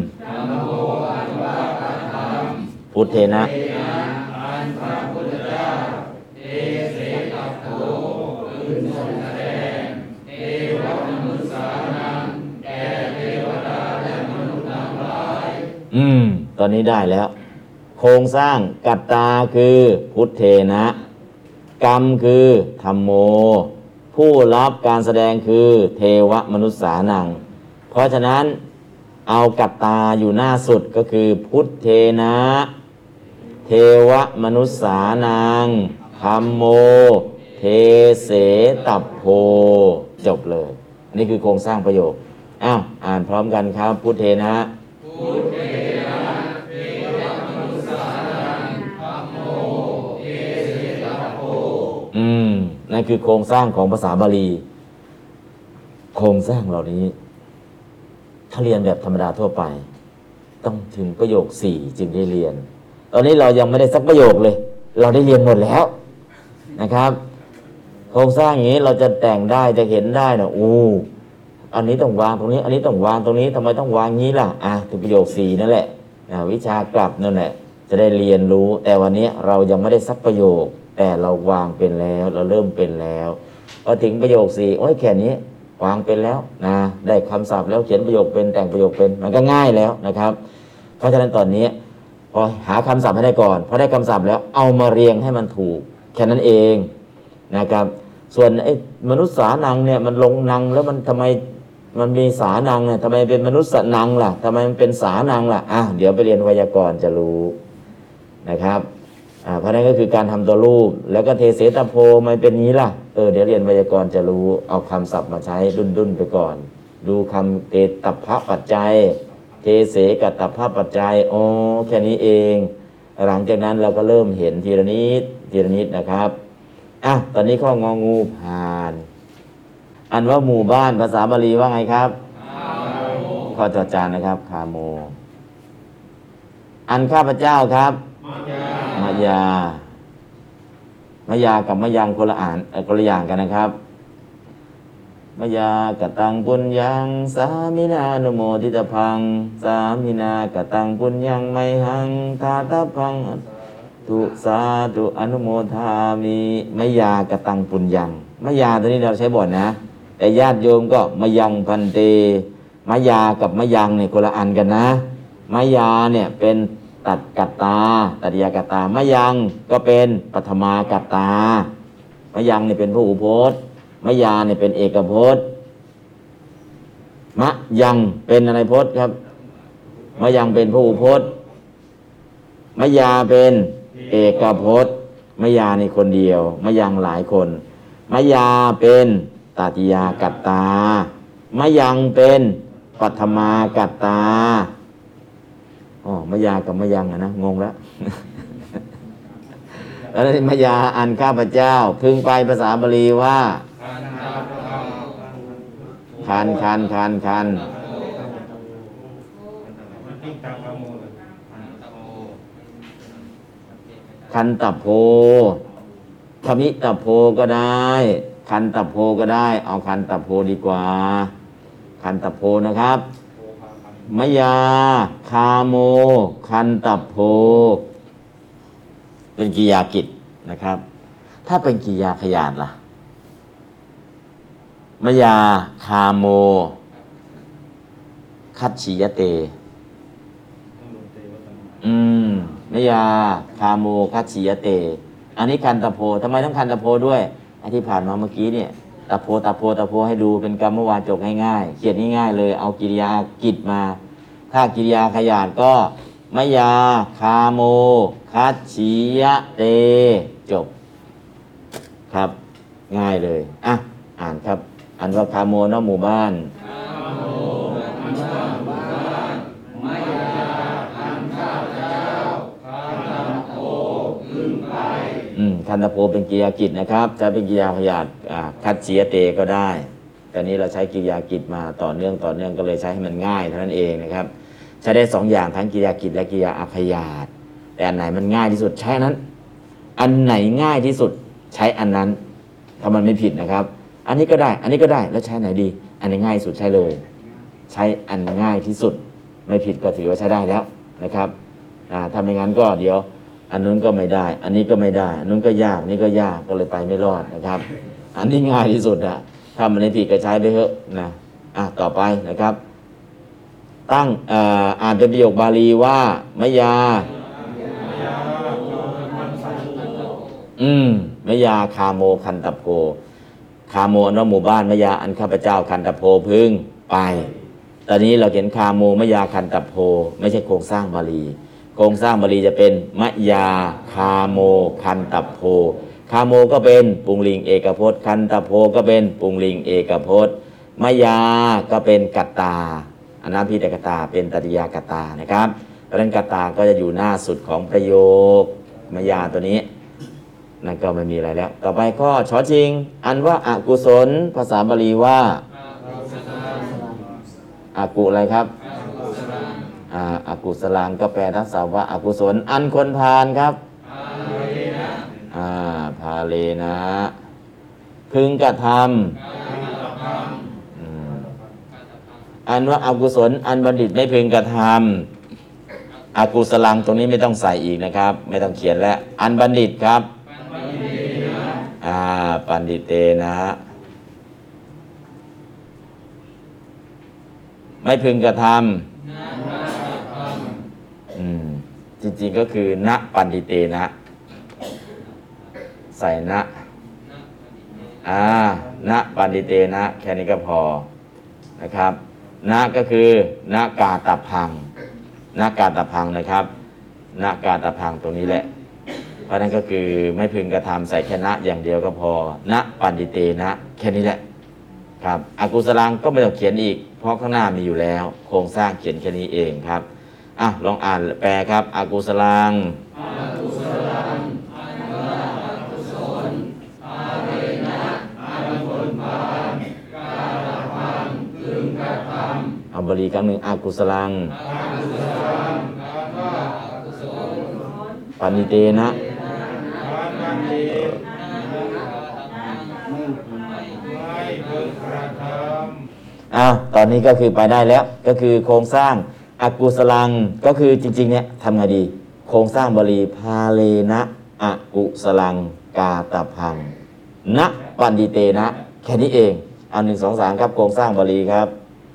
พุทเทนะอันพระพุทธเจ้าเทเสตัพโพพึงทรงแสดงเทวมนุษย์สานังแก่เทวดาและมนุษย์ทั้งหลายอืมตอนนี้ได้แล้วโครงสร้างกัตตาคือพุทเทนะกรรมคือธัมโมผู้รับการแสดงคือเทวมนุษย์สานังเพราะฉะนั้นเอากัตตาอยู่หน้าสุดก็คือพุทเทนะเทวมนุษย์สานังธัมโมเทเสตัพโพจบเลยนี่คือโครงสร้างประโยคอ้าวอ่านพร้อมกันครับพุทเทนะพุทเทนะเทวมนุษย์สานังธัมโมเทเสตัพโพอืมนั่นคือโครงสร้างของภาษาบาลีโครงสร้างเหล่านี้ถ้าเรียนแบบธรรมดาทั่วไปต้องถึงประโยคสี่จึงได้เรียนตอนนี้เรายังไม่ได้สักประโยคเลยเราได้เรียนหมดแล้วนะครับโครงสร้างอย่างนี้เราจะแต่งได้จะเห็นได้นะโอ้อันนี้ต้องวางตรงนี้อันนี้ต้องวางตรงนี้ทำไมต้องวางงี้ล่ะอ่ะถึงประโยคสี่นั่นแหละวิชากลับนั่นแหละจะได้เรียนรู้แต่วันนี้เรายังไม่ได้สักประโยคแต่เราวางเป็นแล้วเราเริ่มเป็นแล้วพอถึงประโยคสี่โอ้ยแค่นี้วางเป็นแล้วนะได้คำศัพท์แล้วเขียนประโยคเป็นแต่งประโยคเป็นมันก็ง่ายแล้วนะครับเพราะฉะนั้นตอนนี้พอหาคำศัพท์ให้ได้ก่อนพอได้คำศัพท์แล้วเอามาเรียงให้มันถูกแค่นั้นเองนะครับส่วนไอ้มนุษย์สานังเนี่ยมันลงนังแล้วมันทำไมมันมีสานังเนี่ยทำไมเป็นมนุษย์สานังล่ะทำไมมันเป็นสานังล่ะอ่ะเดี๋ยวไปเรียนไวยากรณ์จะรู้นะครับอ่าเพราะนั้นก็คือการทำตัวรูปแล้วก็เทเสตโพมันเป็นงี้ล่ะเออเดี๋ยวเรียนไวยากรณ์จะรู้เอาคำศัพท์มาใช้ดุนๆไปก่อน ดูคำเตตัพพะปัจจัยเทเสกับตัพพะปัจจัยอ๋อแค่นี้เอง หลังจากนั้นเราก็เริ่มเห็นทีละนิดทีละนิดนะครับอ่ะตอนนี้ข้ององูผ่าน อันว่าหมู่บ้านภาษาบาลีว่าไงครับข้อจอจานนะครับคาโม อันข้าพเจ้าครับมายามายากับมายังคนละอ่านคนละอย่างกันนะครับมายากตังปุญญังสามินานุโมทิตพังสามินากตังปุญญังไมหังทาตพังตุสาตุอนุโมทามิมายากตังปุญญังมายาตัวนี้เราใช้บ่อยนะแต่ญาติโยมก็มายังพันเตมายากับมายังเนี่ยคนละอันกันนะมายาเนี่ยเป็นตัดกัตตาตัดยากัตตามะยังก็เป็นปัทมากัตตามะยังเนี่ยเป็นพหูพจน์มะยาเนี่ยเป็นเอกพจน์มะยังเป็นอะไรพจน์ครับมะยังเป็นพหูพจน์มะยาเป็นเอกพจน์มะยาในคนเดียวมะยังหลายคนมะยาเป็นตัดยากัตตามะยังเป็นปัทมากัตตาอ๋อมายากับมายังอะนะงงแล้ว แล้วมายาอันข้าพเจ้าพึงไปภาษาบาลีว่าคันคันคันคัน
มันติ้งตามคาโมเลย
คันตะโพขมิตะโพก็ได้ คันตะโพก็ได้ เอาคันตะโพดีกว่า คันตะโพนะครับมยาคาโมคันตะโพเป็นกิริยากิจนะครับถ้าเป็นกิริยาขยานล่ะมยาคาโมคัตฉิยเตอืมมยาคาโมคัตฉิยเตอันนี้คันตะโพทำไมต้องคันตะโพด้วยไอ้ที่ผ่านมาเมื่อกี้เนี่ยตะโพตะโพตะโพให้ดูเป็นกรรมวาจกง่ายๆเขียนง่ายๆเลยเอากิริยากิจมาถ้ากิริยาขยานก็มยาคาโมคัตฉิยเตจบครับง่ายเลยอ่ะอ่านครับอันว่าคาโมนหมู่บ้านอืมคันตะโพเป็นกิริยากิจนะครับจะเป็นกิริยาขยานอ่าคัตฉิยเตก็ได้แต่นี้เราใช้กิริยากิจมาต่อเนื่องต่อเนื่องก็เลยใช้ให้มันง่ายเท่านั้นเองนะครับใช้ได้สองอย่างทั้งกิริยากิจและกิริยาอาขยาตแต่อันไหนมันง่ายที่สุดใช้อันนั้นอันไหนง่ายที่สุดใช้อันนั้นถ้ามันไม่ผิดนะครับอันนี้ก็ได้อันนี้ก็ได้แล้วใช้ไหนดีอันไหนง่ายสุดใช้เลยใช้อันง่ายที่สุดไม่ผิดก็ถือว่าใช้ได้แล้วนะครับอ่าถ้าไม่งั้นก็เดี๋ยวอันนู้นก็ไม่ได้อันนี้ก็ไม่ได้อันนู้นก็ยากนี่ก็ยากก็เลยไปไม่รอดนะครับอันนี้ง่ายที่สุดอะถ้ามันไม่ผิดก็ใช้ไปเถอะนะอ่ะต่อไปนะครับตั้งอ่าอ่านเป็นประโยคบาลีว่ามยาอืมมยาคาโมคันตะโพคาโมอันว่าหมู่บ้านมยาอันข้าพเจ้าคันตะโพพึงไปตอนนี้เราเห็นคาโมมยาคันตะโพไม่ใช่โครงสร้างบาลีโครงสร้างบาลีจะเป็นมยาคาโมคันตะโพคาโมก็เป็นปุงลิงเอกพจน์คันตะโพก็เป็นปุงลิงเอกพจน์มยาก็เป็นกัตตาอนาพิเดกตาเป็นตติยากตานะครับเพราะฉะนั้นกัตตาก็จะอยู่หน้าสุดของประโยคมยาตัวนี้นั่นก็ไม่มีอะไรแล้วต่อไปข้อชอจริงอันว่าอกุศลภาษาบาลีว่าอากุอะไรครับอ่าอกุศลังก็แปลทั้งศัพท์ว่าอกุศลอันคนพาลครับอ่าพาเลนะพึงกระทำอืมอันว่าอกุศลอันบัณฑิตไม่พึงกระทำอกุศลังตรงนี้ไม่ต้องใส่อีกนะครับไม่ต้องเขียนแล้วอันบัณฑิตครับอ่าปันดิเตนะไม่พึงกระทำอืมจริงๆก็คือณปันดิเตนะใส่ณอ่าณปันดิเตนะแค่นี้ก็พอนะครับณก็คือณกาตพังณกาตพังนะครับณกาตพังตรงนี้แหละเพราะนั้นก็คือไม่พึงกระทำใส่แค่นะอย่างเดียวก็พอนะปันติเตนะแค่นี้แหละครับอกุศลังก็ไม่ต้องเขียนอีกเพราะข้างหน้ามีอยู่แล้วโครงสร้างเขียนแค่นี้เองครับอ่ะลองอ่านแปลครับอกุศลังเอาบาลีครั้งหนึ่งอกุศลังปันติเตนะอ้าวตอนนี้ก็คือไปได้แล้วก็คือโครงสร้างอกุศลังก็คือจริงๆเนี่ยทำไงดีโครงสร้างบาลีพาเลนะอกุศลังกาตพังนะปันติเตนะแค่นี้เองเอาหนึ่งสองสามครับโครงสร้างบาลีครับ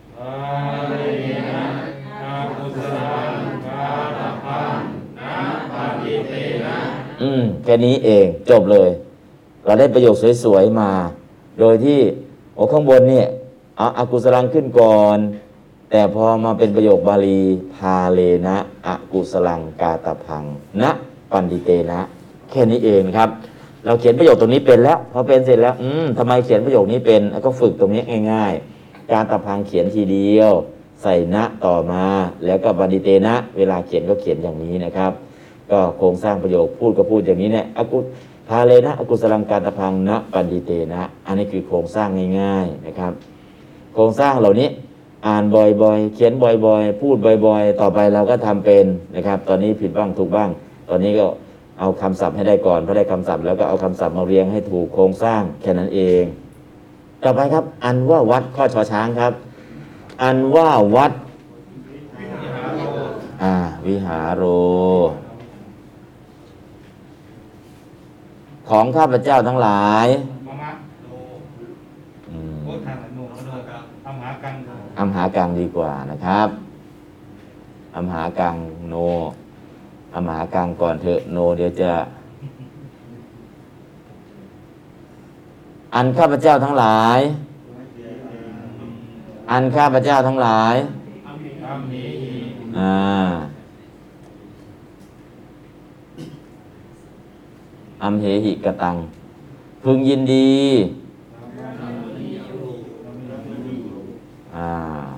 อืมแค่นี้เองจบเลยเราได้ประโยคสวยๆมาโดยที่โอ้ข้างบนเนี่ยเอาอกุศลังขึ้นก่อนแต่พอมาเป็นประโยคบาลีพาเลนะอกุศลังกาตพังนะปันติเตนะแค่นี้เองครับเราเขียนประโยคตรงนี้เป็นแล้วพอเป็นเสร็จแล้วอืมทำไมเขียนประโยคนี้เป็นก็ฝึกตรงนี้ง่ายๆกาตพังเขียนทีเดียวใส่นะต่อมาแล้วก็ปันติเตนะเวลาเขียนก็เขียนอย่างนี้นะครับก็โครงสร้างประโยคพูดก็พูดอย่างนี้เนี่ยอกุพาเลนะอกุศลังกาตพังนะปันติเตนะอันนี้คือโครงสร้างง่ายๆนะครับโครงสร้างเหล่านี้อ่านบ่อยๆเขียนบ่อยๆพูดบ่อยๆต่อไปเราก็ทำเป็นนะครับตอนนี้ผิดบ้างถูกบ้างตอนนี้ก็เอาคำศัพท์ให้ได้ก่อนพอได้คำศัพท์แล้วก็เอาคำศัพท์มาเรียงให้ถูกโครงสร้างแค่นั้นเองต่อไปครับอันว่าวัดข้อชอช้างครับอันว่าวัดอ่าวิหารโรของข้าพเจ้าทั้งหลาย
มะมะโนโคทางโนโนอัมหากัง
อัมหากังดีกว่านะครับอัมหากังโนอัมหากังก่อนเถอะโนเดี๋ยวจะอันข้าพเจ้าทั้งหลายอันข้าพเจ้าทั้งหลายอ่าอัมเหหิกตังพึงยินดีอ่า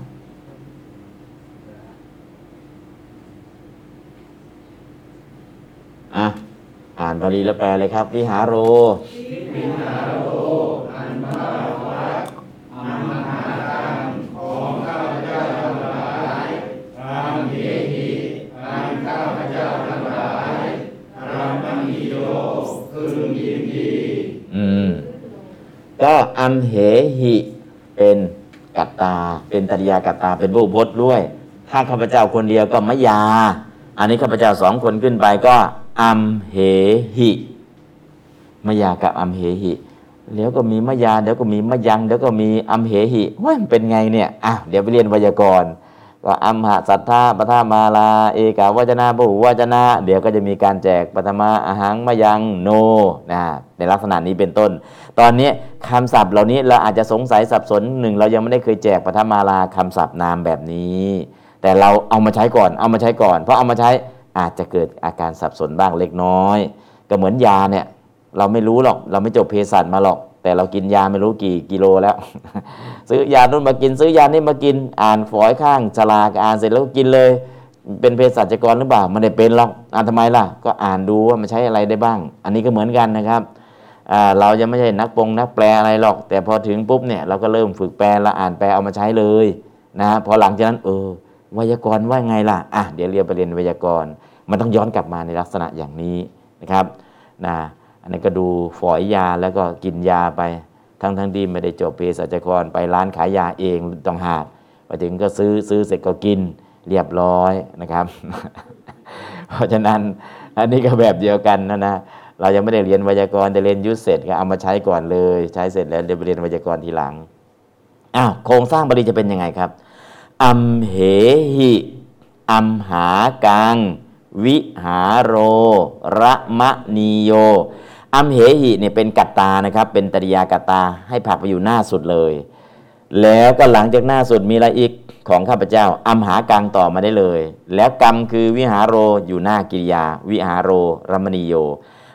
อ่ะอ่านบาลีแล้วแปลเลยครับวิหารโรวิหารโรอันมาวัดอัมหากังของข้าพเจ้าทั้งหลายอัมเหหิอันข้าพเจ้าทั้งหลายรัมณีโยพึงยินดีอืมก็อัมเหหิเป็นกัตตาเป็นตริยากัตตาเป็นบุพจน์ด้วยถ้าข้าพเจ้าคนเดียวก็มะยาอันนี้ข้าพเจ้าสองคนขึ้นไปก็อัมเหหิมะยากับอัมเหหิเดี๋ยวก็มีมะยาเดี๋ยวก็มีมะยังเดี๋ยวก็มีอัมเหหิว่ามันเป็นไงเนี่ยอ่ะเดี๋ยวไปเรียนไวยากรณ์ก็อัมหะสัทธาปทามาลาเอกาวจนะพหุวจนะเดี๋ยวก็จะมีการแจกปฐมาอาหังมะยังโนนะในลักษณะนี้เป็นต้นตอนนี้คำศัพท์เหล่านี้เราอาจจะสงสัยสับสนหนึ่งเรายังไม่ได้เคยแจกปฐมาลาคำศัพท์นามแบบนี้แต่เราเอามาใช้ก่อนเอามาใช้ก่อนเพราะเอามาใช้อาจจะเกิดอาการสับสนบ้างเล็กน้อยก็เหมือนยาเนี่ยเราไม่รู้หรอกเราไม่จบเภสัชมาหรอกแต่เรากินยาไม่รู้กี่กิโลแล้ว ซื้อยาโน่นมากินซื้อยานี่มากินอ่านฝอยข้างฉลากอ่านเสร็จแล้วก็กินเลยเป็นเภสัชกรหรือเปล่าไม่ได้เป็นหรอกอ่านทำไมล่ะก็อ่านดูว่ามันใช้อะไรได้บ้างอันนี้ก็เหมือนกันนะครับอ่าเรายังไม่ใช่นักปงนักแปลอะไรหรอกแต่พอถึงปุ๊บเนี่ยเราก็เริ่มฝึกแปลแล้วอ่านแปลเอามาใช้เลยนะพอหลังจากนั้นเออไวยากรณ์ว่าไงล่ะอ่ะเดี๋ยวเรียนไปเรียนไวยากรณ์มันต้องย้อนกลับมาในลักษณะอย่างนี้นะครับนะอันนี้ก็ดูฝอยยาแล้วก็กินยาไปทั้งทั้งที่ไม่ได้จบเภสัชกรไปร้านขายยาเองต้องหากไปถึงก็ซื้อซื้อเสร็จก็กินเรียบร้อยนะครับ เพราะฉะนั้นอันนี้ก็แบบเดียวกันนะนะเรายังไม่ได้เรียนไวยากรณ์แต่เรียนยุทธเสร็จก็เอามาใช้ก่อนเลยใช้เสร็จแล้วเดี๋ยวไปเรียนไวยากรณ์ทีหลังอ้าวโครงสร้างบาลีจะเป็นยังไงครับอัมเหหิอัมหากังวิหาโรระมะนีโยอัมเหหิเนี่ยเป็นกัตตานะครับเป็นตริยากัตตาให้ผลักไปอยู่หน้าสุดเลยแล้วก็หลังจากหน้าสุดมีอะไรอีกของข้าพเจ้าอัมหากังต่อมาได้เลยแล้วกรรมคือวิหาโรอยู่หน้ากิริยาวิหาโรระมณีโย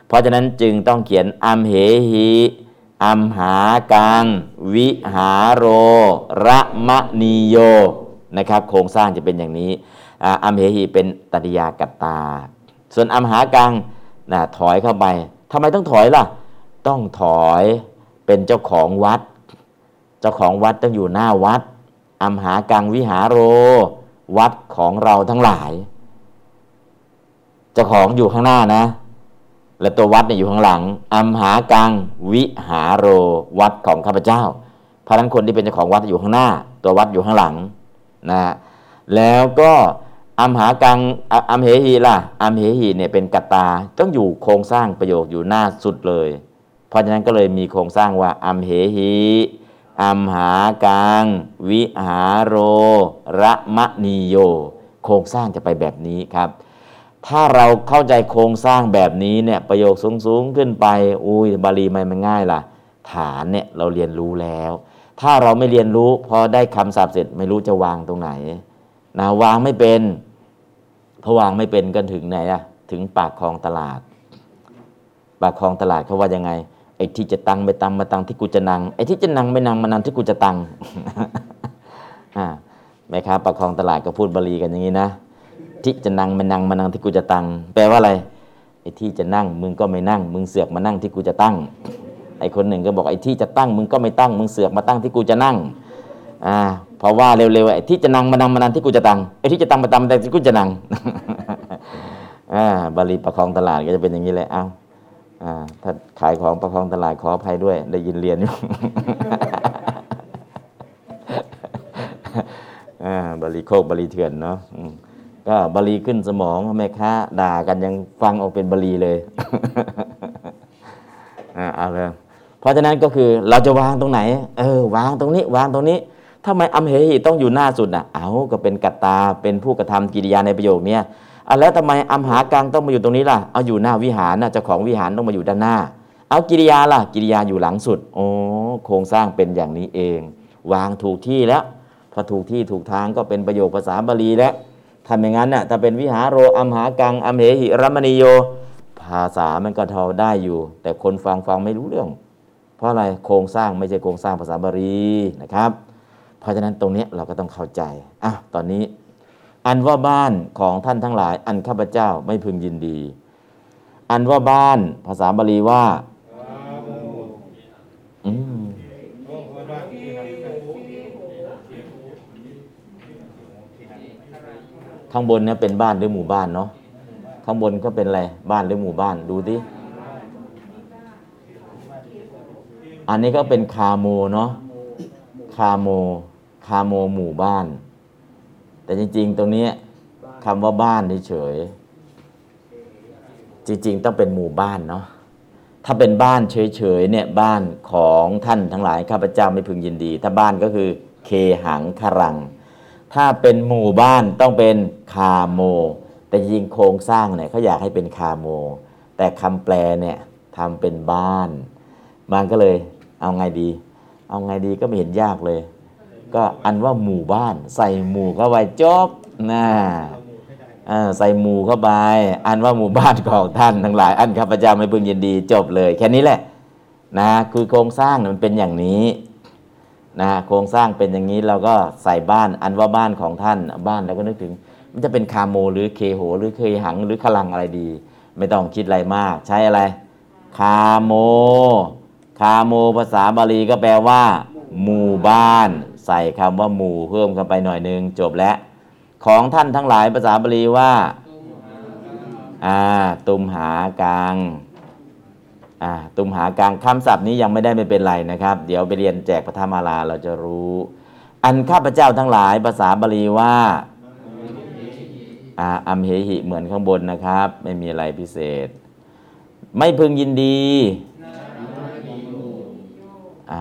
เพราะฉะนั้นจึงต้องเขียนอัมเหหิอัมหากังวิหาโรระมะนีโยนะครับโครงสร้างจะเป็นอย่างนี้อัมเหหิเป็นตติยากัตตาส่วนอัมหากังนะถอยเข้าไปทำไมต้องถอยล่ะต้องถอยเป็นเจ้าของวัดเจ้าของวัดต้องอยู่หน้าวัดอัมหากังวิหาโรวัดของเราทั้งหลายเจ้าของอยู่ข้างหน้านะและตัววัดเนี่ยอยู่ข้างหลังอัมหากังวิหาโรวัดของข้าพเจ้าเพราะฉะนั้นคนที่เป็นเจ้าของวัดอยู่ข้างหน้าตัววัดอยู่ข้างหลังนะแล้วก็อัมหากังอัมเหหิล่ะอัมเหหิเนี่ยเป็นกัตตาต้องอยู่โครงสร้างประโยคอยู่หน้าสุดเลยเพราะฉะนั้นก็เลยมีโครงสร้างว่าอัมเหหิอัมหากังวิหาโรระมะนีโยโครงสร้างจะไปแบบนี้ครับถ้าเราเข้าใจโครงสร้างแบบนี้เนี่ยประโยคสูงๆขึ้นไปอุ้ยบาลีมันง่ายล่ะฐานเนี่ยเราเรียนรู้แล้วถ้าเราไม่เรียนรู้พอได้คำศัพท์เสร็จไม่รู้จะวางตรงไหนนะวางไม่เป็นพอวางไม่เป็นก็ถึงไหนอะถึงปากคลองตลาดปากคลองตลาดเขาว่ายังไงไอ้ที่จะตังไม่ตังมาตังที่กูจะนังไอ้ที่จะนังไม่นังมานังที่กูจะตัง อ่าแม่ค้าปากคลองตลาดก็พูดบาลีกันอย่างนี้นะที่จะนั่งไม่นั่งมานั่งที่กูจะตั้งแปลว่าอะไรไอ้ที่จะนั่งมึงก็ไม่นั่งมึงเสือกมานั่งที่กูจะตั้งไอ้คนหนึ่งก็บอกไอ้ที่จะตั้งมึงก็ไม่ตั้งมึงเสือกมาตั้งที่กูจะนั่งอ่าเพราะว่าเร็วๆไอ้ที่จะนั่งมานั่งมานั่งที่กูจะตั้งไอ้ที่จะตั้งมาตั้งมาตั้งที่กูจะนั่ง อ่าบาลีประคองตลาดก็จะเป็นอย่างนี้แหละเอ้าอ่าถ้าขายของประคองตลาดขออภัยด้วยได้ยินเรียนอยู่ อ่าบาลีโคกบาลีเถื่อนเนาะก็บาลีขึ้นสมองแม่ค้าด่ากันยังฟังออกเป็นบาลีเลย อ่าเอาเลยเพราะฉะนั้นก็คือเราจะวางตรงไหนเออวางตรงนี้วางตรงนี้ทำไมอัมเหหิต้องอยู่หน้าสุดอ่ะเอาก็เป็นกัตตาเป็นผู้กระทำกิริยาในประโยคนี้อ่ะแล้วทำไมอัมหากังต้องมาอยู่ตรงนี้ล่ะเอาอยู่หน้าวิหารนะเจ้าของวิหารต้องมาอยู่ด้านหน้าเอากิริยาล่ะกิริยาอยู่หลังสุดโอ้โครงสร้างเป็นอย่างนี้เองวางถูกที่แล้วพอถูกที่ถูกทางก็เป็นประโยคภาษาบาลีแล้วทำอย่างนั้นน่ะถ้าเป็นวิหาโรอัมหากังอัมเหหิรัมณีโยภาษามันก็ทอได้อยู่แต่คนฟังฟังไม่รู้เรื่องเพราะอะไรโครงสร้างไม่ใช่โครงสร้างภาษาบาลีนะครับเพราะฉะนั้นตรงนี้เราก็ต้องเข้าใจอ่ะตอนนี้อันว่าบ้านของท่านทั้งหลายอันข้าพเจ้าไม่พึงยินดีอันว่าบ้านภาษาบาลีว่าอืมข้างบนเนี่ยเป็นบ้านหรือหมู่บ้านเนาะข้างบนก็เป็นอะไรบ้านหรือหมู่บ้านดูดิอันนี้ก็เป็นคาโมเนาะคาโมคาโมหมู่บ้านแต่จริงๆตรงนี้คำว่าบ้านเฉยๆจริงๆต้องเป็นหมู่บ้านเนาะถ้าเป็นบ้านเฉยๆเนี่ยบ้านของท่านทั้งหลายข้าพเจ้าไม่พึงยินดีถ้าบ้านก็คือเคหังครังถ้าเป็นหมู่บ้านต้องเป็นคาโมแต่จริงโครงสร้างเนี่ยเขาอยากให้เป็นคาโมแต่คำแปลเนี่ยทำเป็นบ้านมันก็เลยเอาไงดีเอาไงดีก็ไม่เห็นยากเลยก็อันว่าหมู่บ้านใส่หมู่เข้าไปจบนะใส่หมู่เข้าไปอันว่าหมู่บ้านของท่านทั้งหลายอันข้าพเจ้าไม่พึงยินดีจบเลยแค่นี้แหละนะคือโครงสร้างมันเป็นอย่างนี้นะโครงสร้างเป็นอย่างนี้เราก็ใส่บ้านอันว่าบ้านของท่านบ้านเราก็นึกถึงมันจะเป็นคาโมหรือเคโหหรือเคยหังหรือคลังอะไรดีไม่ต้องคิดอะไรมากใช้อะไรคาโมคาโมภาษาบาลีก็แปลว่าหมู่บ้านใส่คำว่าหมู่เพิ่มเข้าไปหน่อยนึงจบแล้วของท่านทั้งหลายภาษาบาลีว่าอ่าตุมหากลางอ่าตุมหากลางคำศัพท์นี้ยังไม่ได้ไม่เป็นไรนะครับเดี๋ยวไปเรียนแจกพระธรรมาลาเราจะรู้อันข้าพเจ้าทั้งหลายภาษาบาลีว่าอ่าอัมเหหิเหมือนข้างบนนะครับไม่มีอะไรพิเศษไม่พึงยินดีอ่า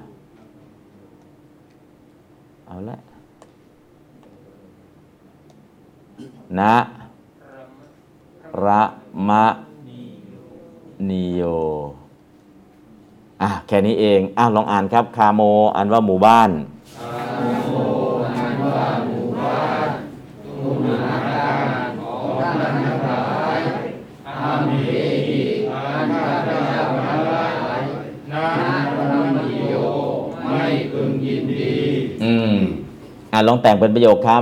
เอาละนะระมะนิโยอ่ะแค่นี้เองอ่ะลองอ่านครับคาโมอ่านว่าหมู่บ้านคาโมอ่านว่าหมู่บ้านตุมหาการของท่านทั้งหลายอัมเหหิอันอ่ะลองแต่งเป็นประโยคครับ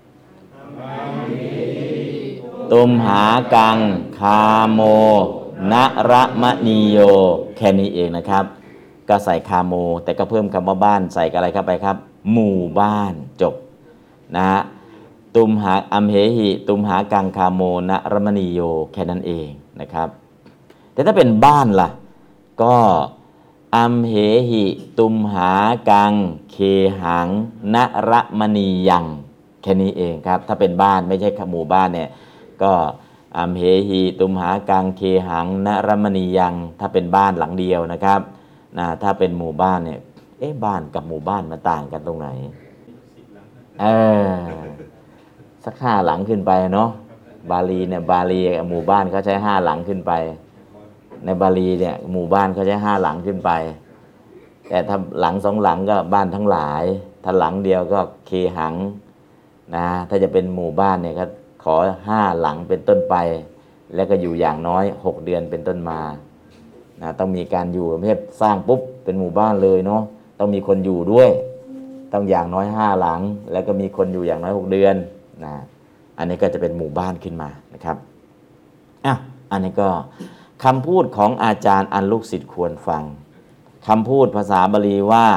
ตุมหากังคาโมนระมณีโยแค่นี้เองนะครับก็ใส่คาโมแต่ก็เพิ่มคำว่าบ้านใส่อะไรเข้าไปครับหมู่บ้านจบนะฮะตุมหาอัมเหหิตุมหากังคาโมนระมณีโยแค่นั้นเองนะครับแต่ถ้าเป็นบ้านล่ะก็อัมเหหิตุมหากังเคหังนระมณียังแค่นี้เองครับถ้าเป็นบ้านไม่ใช่หมู่บ้านเนี่ยก็อัมเหหิตุมหากังเคหังนรมณียังถ้าเป็นบ้านหลังเดียวนะครับนะถ้าเป็นหมู่บ้านเนี่ยเอ๊ะบ้านกับหมู่บ้านมันต่างกันตรงไหนเออสักห้าหลังขึ้นไปเนาะบาลีเนี่ยบาลีหมู่บ้านเขาใช้ห้าหลังขึ้นไปในบาลีเนี่ยหมู่บ้านเขาใช้ห้าหลังขึ้นไปแต่ถ้าหลังสองหลังก็บ้านทั้งหลายถ้าหลังเดียวก็เคหังนะถ้าจะเป็นหมู่บ้านเนี่ยก็ขอห้าหลังเป็นต้นไปแล้วก็อยู่อย่างน้อยหกเดือนเป็นต้นมานะต้องมีการอยู่ไม่ใช่สร้างปุ๊บเป็นหมู่บ้านเลยเนาะต้องมีคนอยู่ด้วยต้องอย่างน้อยห้าหลังแล้วก็มีคนอยู่อย่างน้อยหกเดือนนะอันนี้ก็จะเป็นหมู่บ้านขึ้นมานะครับอ่ะอันนี้ก็คำพูดของอาจารย์อันลูกศิษย์ควรฟังคำพูดภาษาบาลีว่า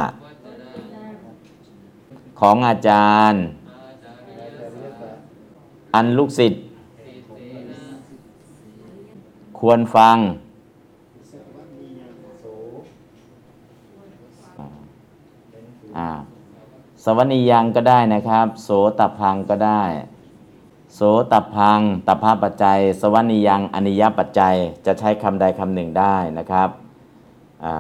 ของอาจารย์อันลูกศิษย์ควรฟังอ่าสวนียังก็ได้นะครับโสตพังก็ได้โสตพังตภาปัจจัยสวนียังอนิยปัจจัยจะใช้คำใดคำหนึ่งได้นะครับอ่า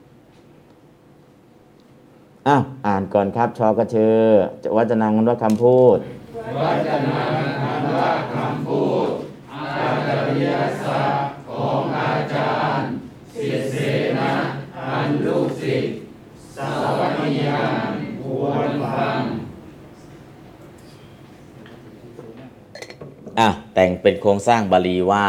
อ่ะอ่านก่อนครับชอกระเชอจะวัจนังมันว่าคำพูด
วัจนังอันว่าคำพูดอาจาริยศัพท์ของอาจารย์ศิษเสนะอันลูกศิษย์สวนียังควรฟัง
อ่ะแต่งเป็นโครงสร้างบาลีว่า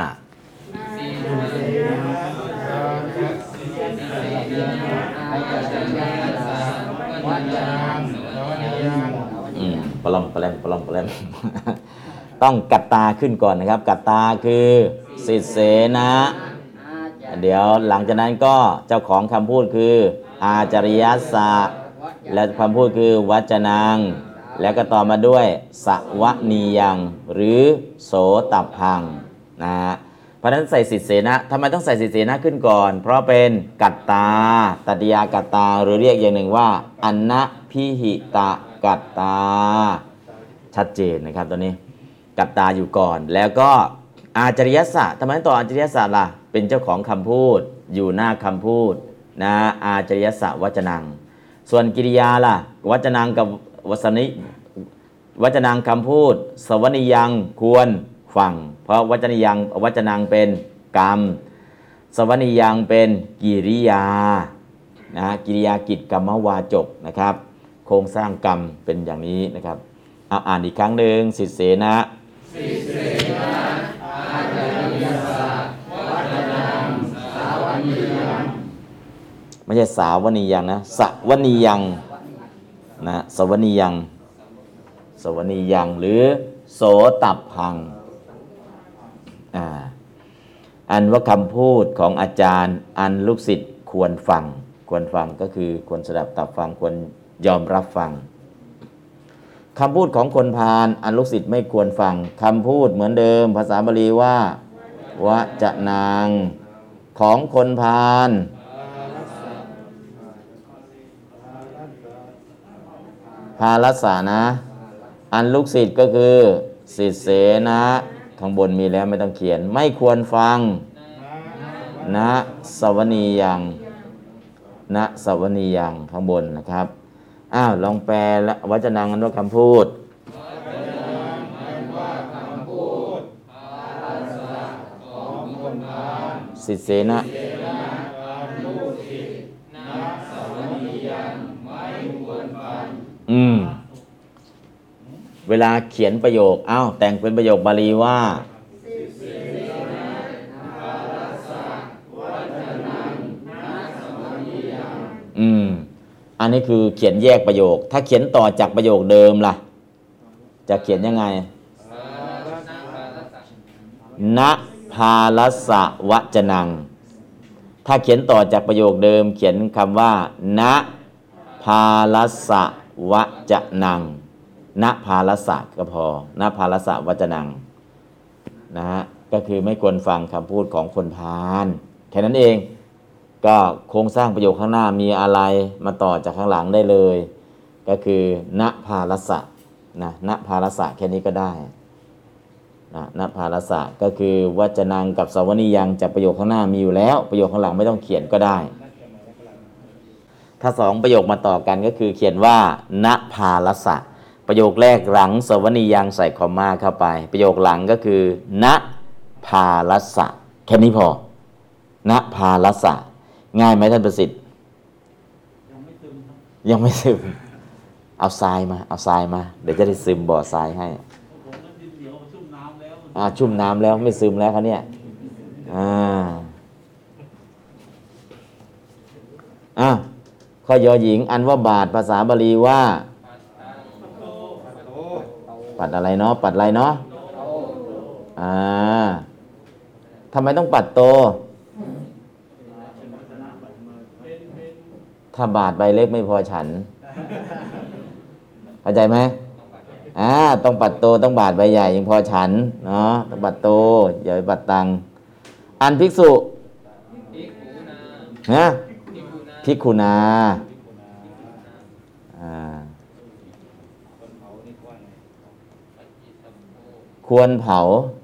อืมปลอมปลอมปลอมปลอมต้องกัดตาขึ้นก่อนนะครับกัดตาคือศิษเสนะเดี๋ยวหลังจากนั้นก็เจ้าของคำพูดคืออาจาริยสะและคำพูดคือวัจนังแล้วก็ต่อมาด้วยสวนียังหรือโสตพังนะฮะเพราะฉะนั้นใส่ศิษเสนะทำไมต้องใส่ศิษเสนะขึ้นก่อนเพราะเป็นกัตตาตติยากัตตาหรือเรียกอย่างหนึ่งว่าอันนะพิหิตะกัตตาชัดเจนนะครับตัวนี้กัตตาอยู่ก่อนแล้วก็อาจาริยสะทำไมต่ออาจาริยสะล่ะเป็นเจ้าของคำพูดอยู่หน้าคำพูดนะอาจาริยสะวัจนังส่วนกิริยาล่ะวัจนังกับวสนิวัจนังคำพูดสวนียังควรฟังเพราะวัจนียังวัจนังเป็นกรรมสวนียังเป็นกิริยานะกิริยากิจกรรมวาจกนะครับโครงสร้างกรรมเป็นอย่างนี้นะครับเอาอ่านอีกครั้งหนึ่งศิษเสนะ
ศิษเสนะอาจาริยศัพท์วัจนังสาวนียัง
ไม่ใช่สาวนียังนะสวนียังนะสวนียังสวนียังหรือโสตัพพังอ่าอันว่าคำพูดของอาจารย์อันลูกศิษย์ควรฟังควรฟังก็คือควรสดับตับฟังควรยอมรับฟังคำพูดของคนพาลอันลูกศิษย์ไม่ควรฟังคำพูดเหมือนเดิมภาษาบาลีว่าวจนังของคนพาลพาลัสสานะอันลูกศิษย์ก็คือศิษเสนะข้างบนมีแล้วไม่ต้องเขียนไม่ควรฟังนะสวนียังนะสวนียังข้างบนนะครับอ้าวลองแปลและวัจนังอันว่าคำพูดศิษเสนะอืมเวลาเขียนประโยคอ้าวแต่งเป็นประโยคบาลีว่าอืมอันนี้คือเขียนแยกประโยคถ้าเขียนต่อจากประโยคเดิมล่ะจะเขียนยังไงณภาลสะวจนังถ้าเขียนต่อจากประโยคเดิมเขียนคำว่าณภาลสะวจนังณภาลสะก็พอณภาลสะวจนังนะฮะก็คือไม่ควรฟังคำพูดของคนพาลแค่นั้นเองก็โครงสร้างประโยคข้างหน้ามีอะไรมาต่อจากข้างหลังได้เลยก็คือณภาลสะนะณภาลสะแค่นี้ก็ได้นะณภาลสะก็คือวจนังกับสวนียังจากประโยคข้างหน้ามีอยู่แล้วประโยคข้างหลังไม่ต้องเขียนก็ได้ถ้าสองประโยคมาต่อกันก็คือเขียนว่าณภาลสะประโยคแรกหลังสวนียังใส่คอมมาเข้าไปประโยคหลังก็คือณภาลสะแค่นี้พอณภาลสะง่ายไหมท่านประสิทธิ์ยังไม่ซึมยังไม่ซึมเอาทรายมาเอาทรายมาเดี๋ยวจะได้ซึมบ่อทรายให้อ่าชุ่มน้ำแล้วไม่ซึมแล้วครับเนี่ยอ่าอ่ะข้อยอหญิงอันว่าบาทภาษาบาลีว่าปัดอะไรเนาะปัดอะไรเนาะอ่าทำไมต้องปัดโตถ้าบาทใบเล็กไม่พอฉันเข้าใจไหมอ่าต้องปัดโตต้องบาทใบใหญ่ยังพอฉันเนาะต้องปัดโตอย่าไปปัดตังอันภิกษุนะภิกขุนาอ่าควรเผา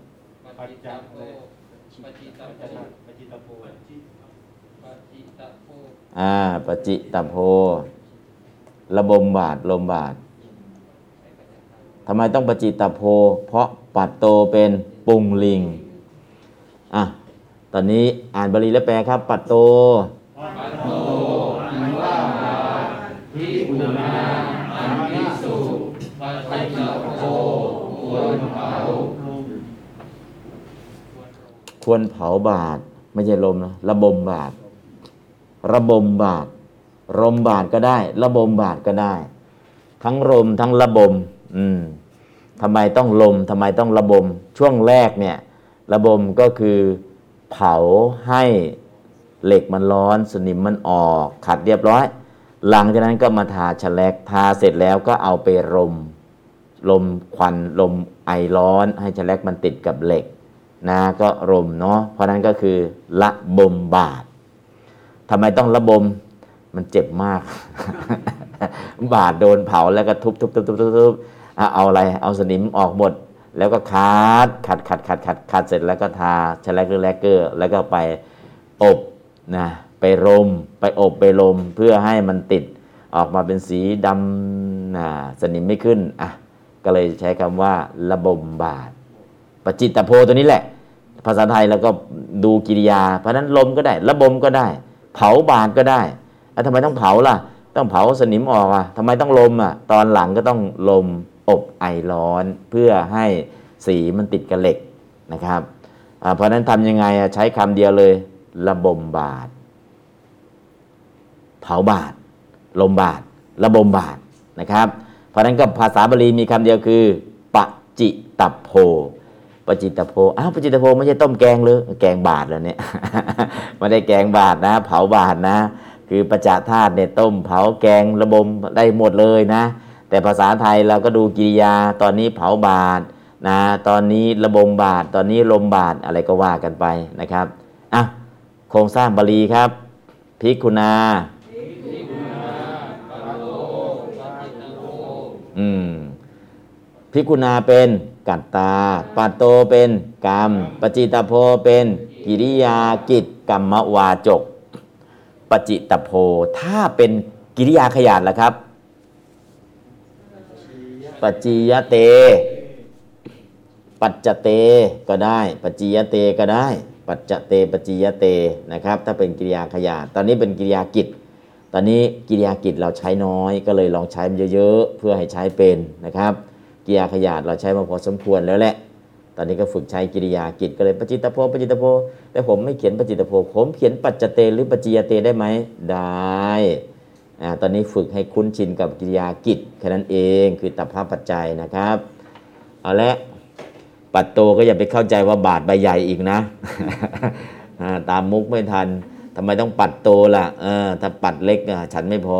อ่าปจิตโพระบมบาทลมบาททำไมต้องปจิตโพเพราะปัดโตเป็นปุงลิงอ่ะตอนนี้อ่านบาลีและแปลครับปัดโต
ปัดโตอันว่าบาทภิกขุนาอันภิกษุปฏิตโพควรเผา
ควรเผาบาทไม่ใช่ลมนะระบมบาทระบมบาทรมบาทก็ได้ระบมบาทก็ได้ทั้งลมทั้งระบมอืมทำไมต้องลมทำไมต้องระบมช่วงแรกเนี่ยระบมก็คือเผาให้เหล็กมันร้อนสนิมมันออกขัดเรียบร้อยหลังจากนั้นก็มาทาแฉลกทาเสร็จแล้วก็เอาไปรมลมควันลมไอร้อนให้แฉลกมันติดกับเหล็กนะก็รมเนาะเพราะนั้นก็คือระบมบาททำไมต้องระบมมันเจ็บมาก บาดโดนเผาแล้วก็ทุบทุบทุบทุบทุบเอาอะไรเอาสนิมออกหมดแล้วก็คัดขัดขัดขัดขัดขัดเสร็จแล้วก็ทาแฉลกหรือแลกเกอร์แล้วก็ไปอบนะไปรมไปอบไปรมเพื่อให้มันติดออกมาเป็นสีดำนะสนิมไม่ขึ้นอ่ะก็เลยใช้คำว่าระบมบาดปจิตโพตัวนี้แหละภาษาไทยแล้วก็ดูกิริยาเพราะนั้นลมก็ได้ระบมก็ได้เผาบาดก็ได้แล้วทำไมต้องเผาล่ะต้องเผาสนิมออกอ่ะทำไมต้องลมอ่ะตอนหลังก็ต้องลมอบไอร้อนเพื่อให้สีมันติดกับเหล็กนะครับเพราะนั้นทำยังไงอ่ะใช้คำเดียวเลยระบมบาดเผาบาดลมบาดระบมบาดนะครับเพราะนั้นก็ภาษาบาลีมีคำเดียวคือปจิตโพปจิตโพอ้าวปจิตโพไม่ใช่ต้มแกงหรือแกงบาดแล้วเนี่ย ไม่ได้แกงบาดนะเผาบาดนะคือปัจจธาตุเนี่ยต้มเผาแกงระบมได้หมดเลยนะแต่ภาษาไทยเราก็ดูกิริยาตอนนี้เผาบาดนะตอนนี้ระบมบาดตอนนี้ลมบาดอะไรก็ว่ากันไปนะครับอ่ะโครงสร้างบาลีครับภิกขุนาอืมภิกขุนาเป็นกัตตาปัตโตเป็นกรรมปจิตโพเป็นกิริยากิจกรรมวาจกปจิตโพถ้าเป็นกิริยาขยาดล่ะครับปจิยเตปัจจเตก็ได้ปจิยเตก็ได้ปัจจเตปจิยเตนะครับถ้าเป็นกิริยาขยาดตอนนี้เป็นกิริยากิจตอนนี้กิริยากิจเราใช้น้อยก็เลยลองใช้มันเยอะๆเพื่อให้ใช้เป็นนะครับกิริยาขยาดเราใช้มาพอสมควรแล้วแหละตอนนี้ก็ฝึกใช้กิริยากิจก็เลยปจิตโพปจิตโพแต่ผมไม่เขียนปจิตโพผมเขียนปัจจเตหรือปจิยเตได้ไหมได้อ่าตอนนี้ฝึกให้คุ้นชินกับกิริยากิจแค่นั้นเองคือตัพพะปัจจัยนะครับเอาละปัดโตก็อย่าไปเข้าใจว่าบาทใบใหญ่อีกนะ ตามมุกไม่ทันทำไมต้องปัดโตล่ะเออถ้าปัดเล็กฉันไม่พอ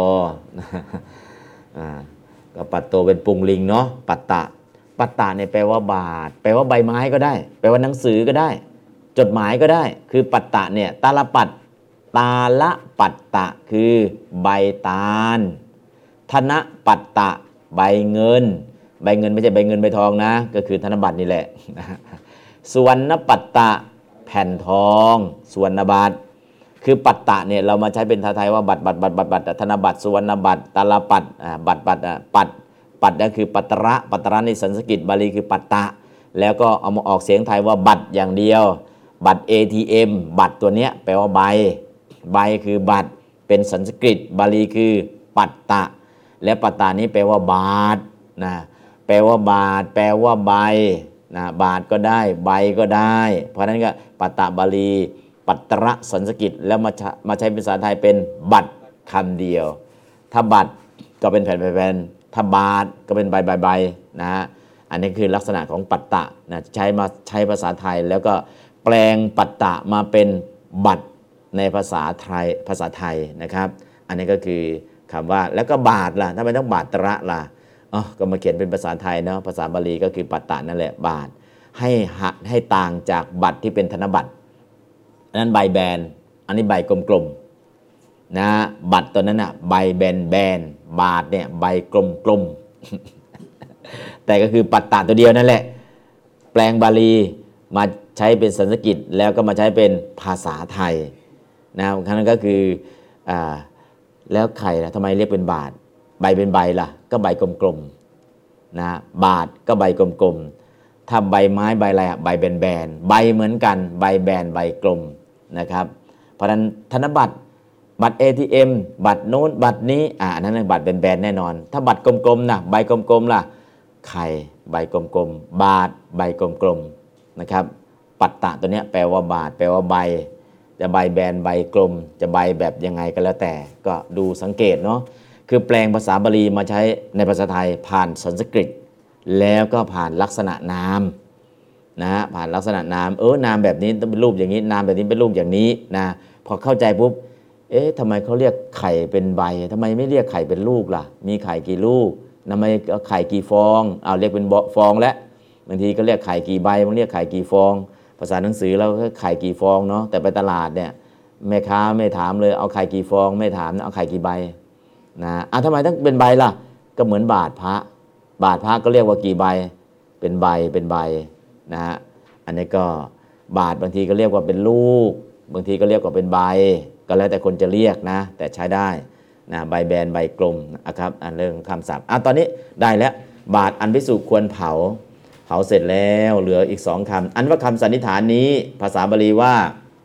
ก็ปัดโตเป็นปุงลิงเนาะปัตตะปัตตะเนี่ยแปลว่าบาทแปลว่าใบไม้ก็ได้แปลว่าหนังสือก็ได้จดหมายก็ได้คือปัตตะเนี่ยตาลปัดตาละปัตตะคือใบตาลธนปัตตะใบเงินใบเงินไม่ใช่ใบเงินใบทองนะก็คือธนบัตรนี่แหละสุวรรณปัตตะแผ่นทองสุวรรณบัตรคือปัตตะเนี่ยเรามาใช้เป็นไทยๆว่าบัตรบัตรบัตรบัตรบัตรธนบัตรสุวรรณบัตรตาลปัดอ่าบัตรบัตรอ่าปัดปัดก็คือปัตระปัตระในสันสกฤตบาลีคือปัตตะแล้วก็เอามาออกเสียงไทยว่าบัตรอย่างเดียวบัตร เอ ที เอ็ม บัตรตัวเนี้ยแปลว่าใบใบคือบัตรเป็นสันสกฤตบาลีคือปัตตะและปัตตะนี้แปลว่าบาทนะแปลว่าบาทแปลว่าใบนะบาทก็ได้ใบก็ได้เพราะฉะนั้นก็ปัตตะบาลีปัตตระสันสกฤตแล้วมามาใช้ภาษาไทยเป็นบัตรคำเดียวถ้าบัตรก็เป็นแผ่นๆถ้าบาทก็เป็นใบใบใบนะฮะอันนี้คือลักษณะของปัตตะนะใช้มาใช้ภาษาไทยแล้วก็แปลงปัตตะมาเป็นบัตรในภาษาไทยภาษาไทยนะครับอันนี้ก็คือคำว่าแล้วก็บาทล่ะทำไมต้องบาทตระล่ะอ๋อก็มาเขียนเป็นภาษาไทยเนาะภาษาบาลีก็คือปัตตะนั่นแหละบาทให้หักให้ต่างจากบัตรที่เป็นธนบัตรอันนั้นใบแบนอันนี้ใบกลมๆนะบัตรตัวนั้นน่ะใบแบนแบนบาทเนี่ยใบกลมๆ แต่ก็คือปัตตะตัวเดียวนั่นแหละแปลงบาลีมาใช้เป็นสันสกฤตแล้วก็มาใช้เป็นภาษาไทยนะครั้งนั้นก็คืออ่าแล้วไข่ล่ะทำไมเรียกเป็นบาทใบเป็นใบล่ะก็ใบกลมๆนะบาทก็ใบกลมๆถ้าใบไม้ใบอะไรอ่ะใบแบนๆใบเหมือนกันใบแบนใบกลมนะครับเพราะฉะนั้นธนบัตรบัตร เอ ที เอ็ม บัตรโน้นบัตรนี้อ่าอันนั้นบัตรแบนๆแน่นอนถ้าบัตรกลมๆนะใบกลมๆล่ะไข่ใบกลมๆบาทใบกลมๆนะครับปัตตะตัวเนี้ยแปลว่าบาทแปลว่าใบจะใบแบนใบกลมจะใบแบบยังไงก็แล้วแต่ก็ดูสังเกตเนาะคือแปลงภาษาบาลีมาใช้ในภาษาไทยผ่านสันสกฤตแล้วก็ผ่านลักษณะนามนะฮะผ่านลักษณะนามเออนามแบบนี้ต้องเป็นรูปอย่างนี้นามแบบนี้เป็นรูปอย่างนี้นะพอเข้าใจปุ๊บเอ๊ะทำไมเขาเรียกไข่เป็นใบทำไมไม่เรียกไข่เป็นลูกล่ะมีไข่กี่ลูกทำไมไข่กี่ฟองเอาเรียกเป็นฟองแล้วบางทีก็เรียกไข่กี่ใบบางเรียกไข่กี่ฟองภาษาหนังสือเราก็ไข่กี่ฟองเนาะแต่ไปตลาดเนี่ยแม่ค้าไม่ถามเลยเอาไข่กี่ฟองไม่ถามเอาไข่กี่ใบนะอ่ะทำไมต้องเป็นใบล่ะก็เหมือนบาทพระบาทพระก็เรียกว่ากี่ใบเป็นใบเป็นใบนะฮะอันนี้ก็บาทบางทีก็เรียกว่าเป็นลูกบางทีก็เรียกว่าเป็นใบก็แล้วแต่คนจะเรียกนะแต่ใช้ได้นะใบแบนใบกลมนะครับอันเรื่องคำศัพท์อ่ะตอนนี้ได้แล้วบาทอันภิกษุควรเผาเผาเสร็จแล้วเหลืออีกสองคำอันว่าคำสันนิษฐานนี้ภาษาบาลีว่า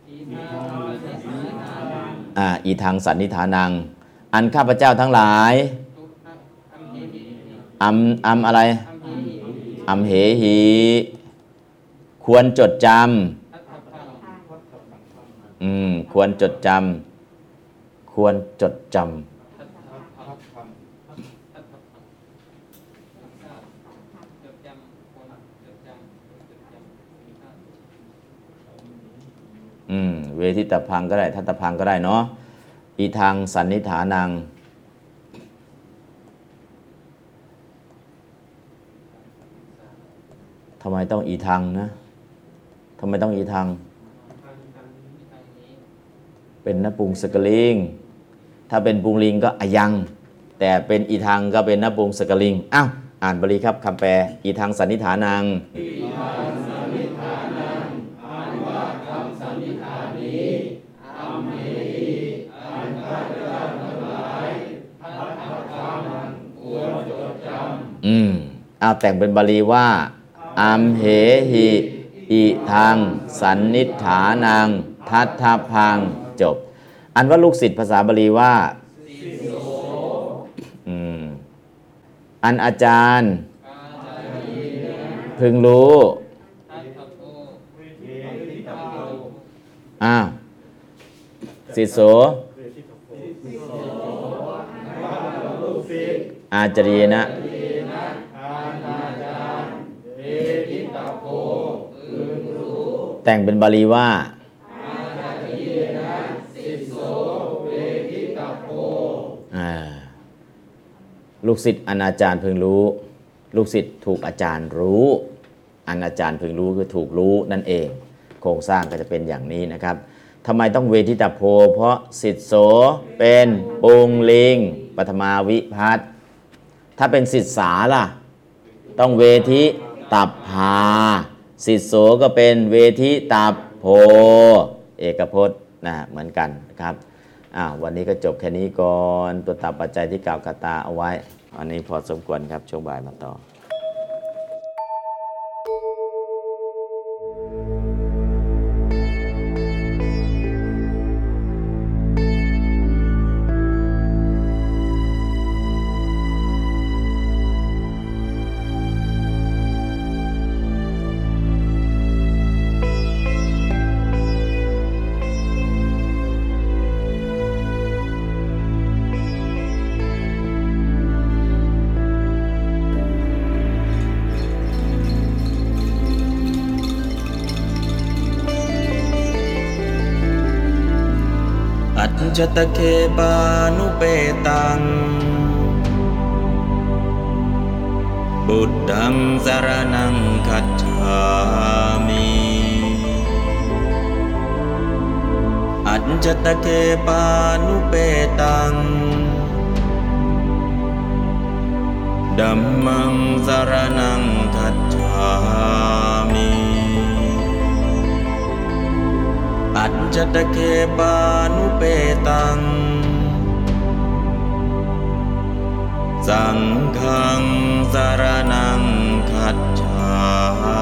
อ่าอีทางสันนิษฐานังอันข้าพเจ้าทั้งหลายอัมอัมอะไรอัมเหหิควรจดจำอืมควรจดจำควรจดจำอืมเวทิตพังก็ได้ทัตตพังก็ได้เนาะอีทางสันนิฐานังทำไมต้องอีทางนะทำไมต้องอีทางเป็นนปุงสกลิงถ้าเป็นปุงลิงก็อายังแต่เป็นอีทางก็เป็นนปุงสกลิงอ้าวอ่านบาลีครับคำแปลอีทางสันนิฐานังอืมเอาแต่งเป็นบาลีว่าอัมเหหิอิทังสันนิฐานังทัตถพังจบอันว่าลูกศิษย์ภาษาบาลีว่าอืมอันอาจารย์พึงรู้อ้าวศิษโสอาจารีนะแต่งเป็นบาลีว่าลูกศิษย์อนาจารย์พึงรู้ลูกศิษย์ถูกอาจารย์รู้อนาจารย์พึงรู้คือถูกรู้นั่นเองโครงสร้างก็จะเป็นอย่างนี้นะครับทำไมต้องเวทิตาโพเพราะศิษโสเป็นปุงลิงปฐมาวิภัตถ้าเป็นศิษสาล่ะต้องเวทิตัพพาศิษโสก็เป็นเวทิตาโพเอกพจน์นะเหมือนกันนะครับอ่าวันนี้ก็จบแค่นี้ก่อนตัวตับปัจจัยที่กล่าวกตาเอาไว้อันนี้พอสมควรครับช่วงบ่ายมาต่อ
อัจจตเคปานุเปตังบุตตังสรณังคัจฉามิอัจจตเคปานุเปตังธัมมังสรณังคัจฉามิอัจจตเคปานุเปตังสังฆังสรณังคัจฉา